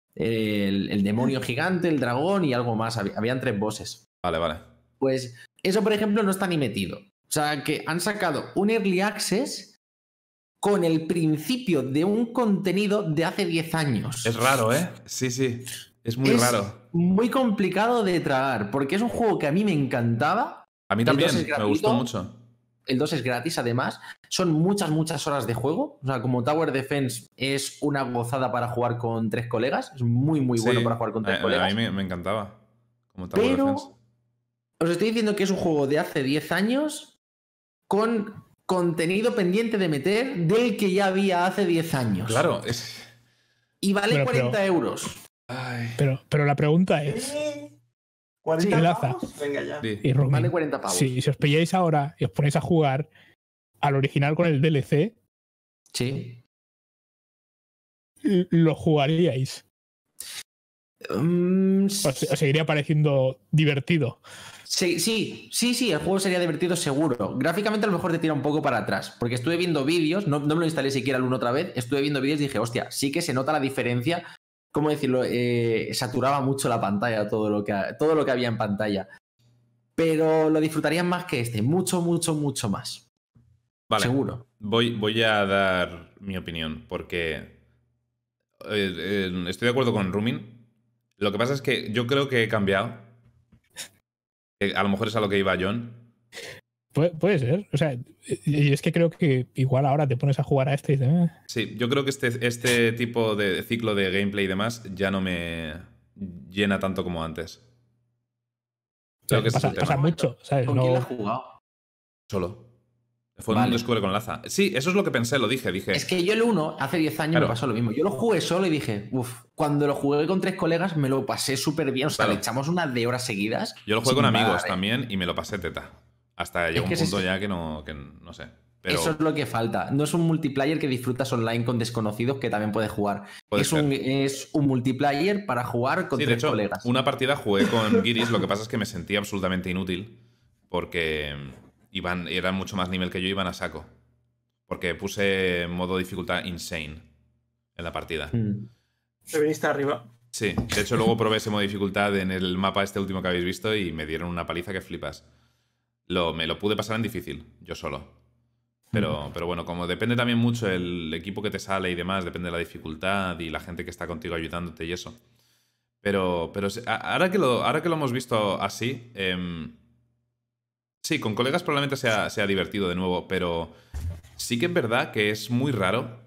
S3: El, el demonio gigante, el dragón y algo más. Hab- Habían tres bosses.
S1: Vale, vale.
S3: Pues eso, por ejemplo, no está ni metido. O sea, que han sacado un Early Access con el principio de un contenido de hace diez años.
S1: Es raro, ¿eh? Sí, sí. Es muy
S3: Es
S1: raro.
S3: muy complicado de tragar, porque es un juego que a mí me encantaba.
S1: A mí también, me gustó mucho.
S3: El dos es gratis, además. Son muchas, muchas horas de juego. O sea, como Tower Defense es una gozada para jugar con tres colegas. Es muy, muy bueno sí, para jugar con tres
S1: a,
S3: colegas.
S1: A mí me, me encantaba. Como Tower
S3: Pero
S1: Defense.
S3: Os estoy diciendo que es un juego de hace diez años con contenido pendiente de meter del que ya había hace diez años.
S1: Claro, es...
S3: Y vale
S4: pero,
S3: cuarenta
S4: pero,
S3: euros.
S4: Pero, pero la pregunta es...
S2: ¿cuarenta
S4: Enlaza.
S2: pavos? Venga ya.
S1: Sí.
S3: Y Rumi, vale cuarenta pavos.
S4: Sí, si os pilláis ahora y os ponéis a jugar al original con el D L C,
S3: sí.
S4: ¿lo jugaríais?
S3: Um,
S4: ¿Os, os seguiría pareciendo divertido?
S3: Sí, sí, sí, sí, el juego sería divertido seguro. Gráficamente a lo mejor te tira un poco para atrás, porque estuve viendo vídeos, no, no me lo instalé siquiera el uno otra vez, estuve viendo vídeos y dije, hostia, sí que se nota la diferencia. ¿Cómo decirlo? Eh, saturaba mucho la pantalla, todo lo, que, todo lo que había en pantalla. Pero lo disfrutarían más que este, mucho, mucho, mucho más.
S1: Vale.
S3: Seguro.
S1: Voy, voy a dar mi opinión, porque eh, eh, estoy de acuerdo con Rumin. Lo que pasa es que yo creo que he cambiado. Eh, a lo mejor es a lo que iba John.
S4: Pu puede ser. O sea, y es que creo que igual ahora te pones a jugar a este y dices... Eh.
S1: Sí, yo creo que este, este tipo de ciclo de gameplay y demás ya no me llena tanto como antes. Creo que
S4: pasa,
S1: es el tema.
S4: pasa mucho, ¿sabes?
S3: ¿Con
S4: no...
S3: quién lo has jugado?
S1: Solo. Fue
S3: Vale.
S1: un descubre con Laza. Sí, eso es lo que pensé, lo dije, dije.
S3: Es que yo el uno, hace diez años
S1: Claro.
S3: me pasó lo mismo. Yo lo jugué solo y dije, uff, cuando lo jugué con tres colegas me lo pasé súper bien. O sea,
S1: Claro.
S3: le echamos unas de horas seguidas.
S1: Yo lo jugué
S3: sin
S1: con amigos
S3: parar, ¿eh?
S1: también y me lo pasé teta. Hasta llegó
S3: que
S1: un punto
S3: es-
S1: ya que no, que no sé. Pero
S3: Eso es lo que falta. No es un multiplayer que disfrutas online con desconocidos que también puedes jugar.
S1: Puede
S3: Es
S1: ser.
S3: un, es un multiplayer para jugar con
S1: sí, de
S3: tres
S1: hecho,
S3: colegas.
S1: una partida jugué con Giris, lo que pasa es que me sentía absolutamente inútil porque iban, eran mucho más nivel que yo, iban a saco. Porque puse modo dificultad insane en la partida.
S3: Mm.
S2: Te viniste arriba.
S1: Sí, de hecho luego probé ese modo dificultad en el mapa este último que habéis visto y me dieron una paliza que flipas. Lo, me lo pude pasar en difícil, yo solo. Pero, pero bueno, como depende también mucho el equipo que te sale y demás, depende de la dificultad y la gente que está contigo ayudándote y eso. Pero, pero se- a- ahora, que lo, ahora que lo hemos visto así, em, sí, con colegas probablemente sea, sea divertido de nuevo, pero sí que es verdad que es muy raro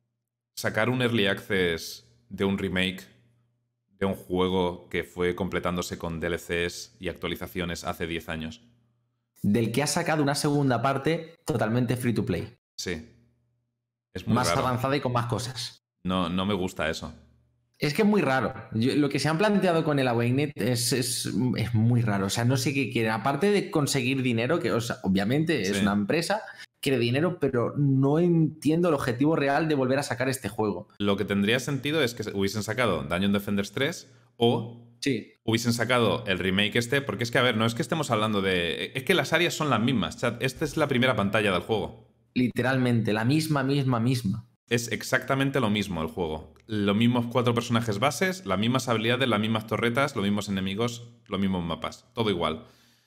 S1: sacar un early access de un remake de un juego que fue completándose con D L Cs y actualizaciones hace diez años.
S3: Del que ha sacado una segunda parte totalmente free to play.
S1: Sí. Es muy
S3: Más
S1: raro.
S3: avanzada y con más cosas.
S1: No, no me gusta eso.
S3: Es que es muy raro. Yo- lo que se han planteado con el Awakened es, es, es muy raro. O sea, no sé qué quieren. Aparte de conseguir dinero, que o sea, obviamente es
S1: Sí.
S3: una empresa, quiere dinero, pero no entiendo el objetivo real de volver a sacar este juego.
S1: Lo que tendría sentido es que hubiesen sacado Dungeon Defenders tres o
S3: Sí.
S1: hubiesen sacado el remake este, porque es que, a ver, no es que estemos hablando de... Es que las áreas son las mismas, chat. Esta es la primera pantalla del juego.
S3: Literalmente, la misma, misma, misma.
S1: Es exactamente lo mismo el juego. Los mismos cuatro personajes bases, las mismas habilidades, las mismas torretas, los mismos enemigos, los mismos mapas. Todo igual.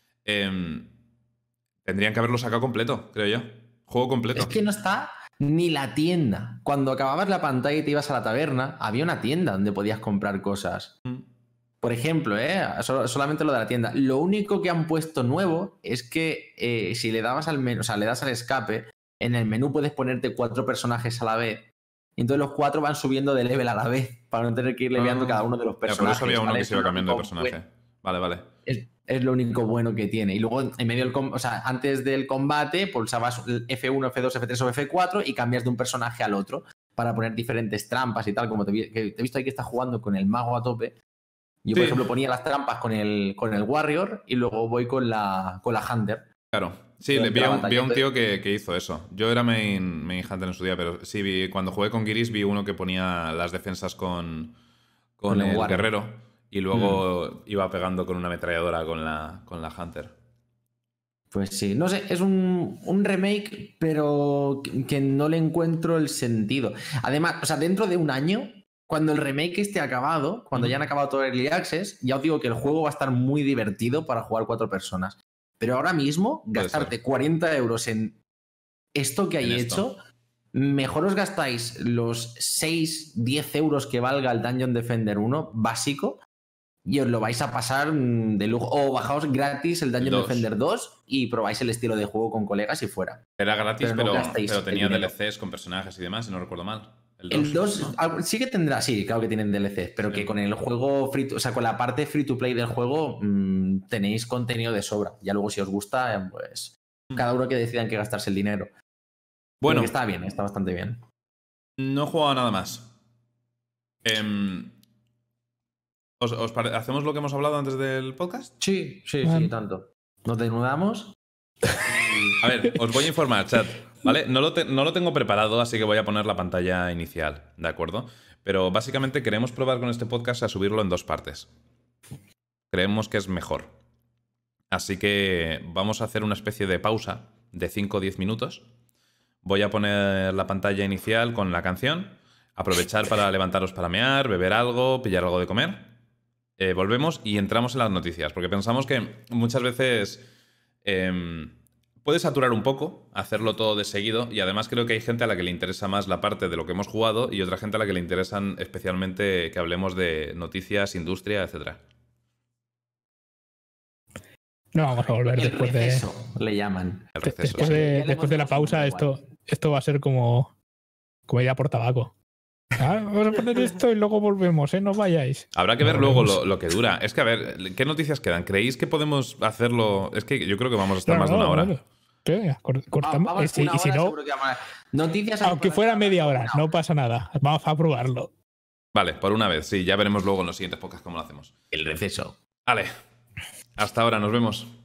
S1: Em, tendrían que haberlo sacado completo, creo yo. Juego completo.
S3: Es que no está ni la tienda. Cuando acababas la pantalla y te ibas a la taberna, había una tienda donde podías comprar cosas.
S1: Mm.
S3: Por ejemplo, ¿eh? Sol- solamente lo de la tienda. Lo único que han puesto nuevo es que eh, si le dabas al menú, o sea, le das al escape, en el menú puedes ponerte cuatro personajes a la vez. Y entonces los cuatro van subiendo de level a la vez para no tener que ir leveando
S1: Ah.
S3: cada uno de los
S1: Ya, por
S3: personajes.
S1: eso había uno
S3: ¿vale?
S1: que se iba
S3: Eso es lo
S1: cambiando de
S3: único
S1: personaje.
S3: bueno.
S1: Vale, vale.
S3: Es, es lo único bueno que tiene. Y luego en medio del com- o sea, antes del combate pulsabas el F uno, F dos, F tres o F cuatro y cambias de un personaje al otro para poner diferentes trampas y tal, como te, vi- que te he visto ahí que estás jugando con el mago a tope. Yo, por
S1: Sí.
S3: ejemplo, ponía las trampas con el, con el Warrior y luego voy con la, con la Hunter.
S1: Claro. Sí, le
S3: Durante
S1: vi,
S3: la
S1: a un,
S3: batalla,
S1: vi a un
S3: entonces-
S1: tío que, que hizo eso. Yo era main, main hunter en su día, pero sí, vi, cuando jugué con Giris vi uno que ponía las defensas con, con,
S3: Con el
S1: el,
S3: Warrior.
S1: guerrero y luego iba pegando con una ametralladora con la, con la hunter.
S3: Pues sí, no sé, es un, un remake, pero que, que no le encuentro el sentido. Además, o sea, dentro de un año, cuando el remake esté acabado, cuando
S1: Ujú.
S3: ya han acabado todo el Early Access, ya os digo que el juego va a estar muy divertido para jugar cuatro personas. Pero ahora mismo,
S1: Puede
S3: gastarte
S1: ser.
S3: cuarenta euros en esto que hay
S1: En
S3: hecho,
S1: esto.
S3: mejor os gastáis los seis, diez euros que valga el Dungeon Defender uno básico y os lo vais a pasar de lujo. O bajaos gratis el Dungeon Defender dos y probáis el estilo de juego con colegas y fuera.
S1: Era gratis, pero,
S3: pero,
S1: pero,
S3: no
S1: pero tenía
S3: D
S1: L Cs con personajes y demás, si no recuerdo mal.
S3: El dos, el dos ¿no? Sí que tendrá, sí, claro que tienen D L Cs, pero sí. que con el juego free to, o sea, con la parte free to play del juego mmm, tenéis contenido de sobra. Ya luego si os gusta, pues cada uno que decidan que gastarse el dinero. Bueno, está bien, está bastante bien.
S1: No he jugado nada más. Eh, ¿os, os pare... ¿Hacemos lo que hemos hablado antes del podcast?
S3: Sí, sí, um. sí, tanto. Nos desnudamos.
S1: A ver, os voy a informar, chat. ¿Vale? No lo, te, no lo tengo preparado, así que voy a poner la pantalla inicial, ¿de acuerdo? Pero básicamente queremos probar con este podcast a subirlo en dos partes. Creemos que es mejor. Así que vamos a hacer una especie de pausa de cinco o diez minutos. Voy a poner la pantalla inicial con la canción, aprovechar para levantaros para mear, beber algo, pillar algo de comer. Eh, volvemos y entramos en las noticias, porque pensamos que muchas veces... Eh, Puede saturar un poco, hacerlo todo de seguido, y además creo que hay gente a la que le interesa más la parte de lo que hemos jugado y otra gente a la que le interesan especialmente que hablemos de noticias, industria, etcétera.
S4: No vamos a volver
S3: el
S4: después
S3: receso, de... le llaman.
S1: El receso,
S4: después
S1: sí.
S4: de, después de la pausa, esto, esto va a ser como, como ir a por tabaco. Ah, vamos a poner esto y luego volvemos, ¿eh? No vayáis.
S1: Habrá que ver no, luego lo, lo que dura. Es que, a ver, ¿qué noticias quedan? ¿Creéis que podemos hacerlo? Es que yo creo que vamos a estar no, más no, de una hora.
S4: No, ¿Qué? Cortamos.
S3: Vamos,
S4: si, y si no,
S3: noticias
S4: aunque fuera media hora, no. no pasa nada. Vamos a probarlo.
S1: Vale, por una vez, sí. Ya veremos luego en los siguientes podcasts cómo lo hacemos.
S3: El receso.
S1: Vale. Hasta ahora, nos vemos.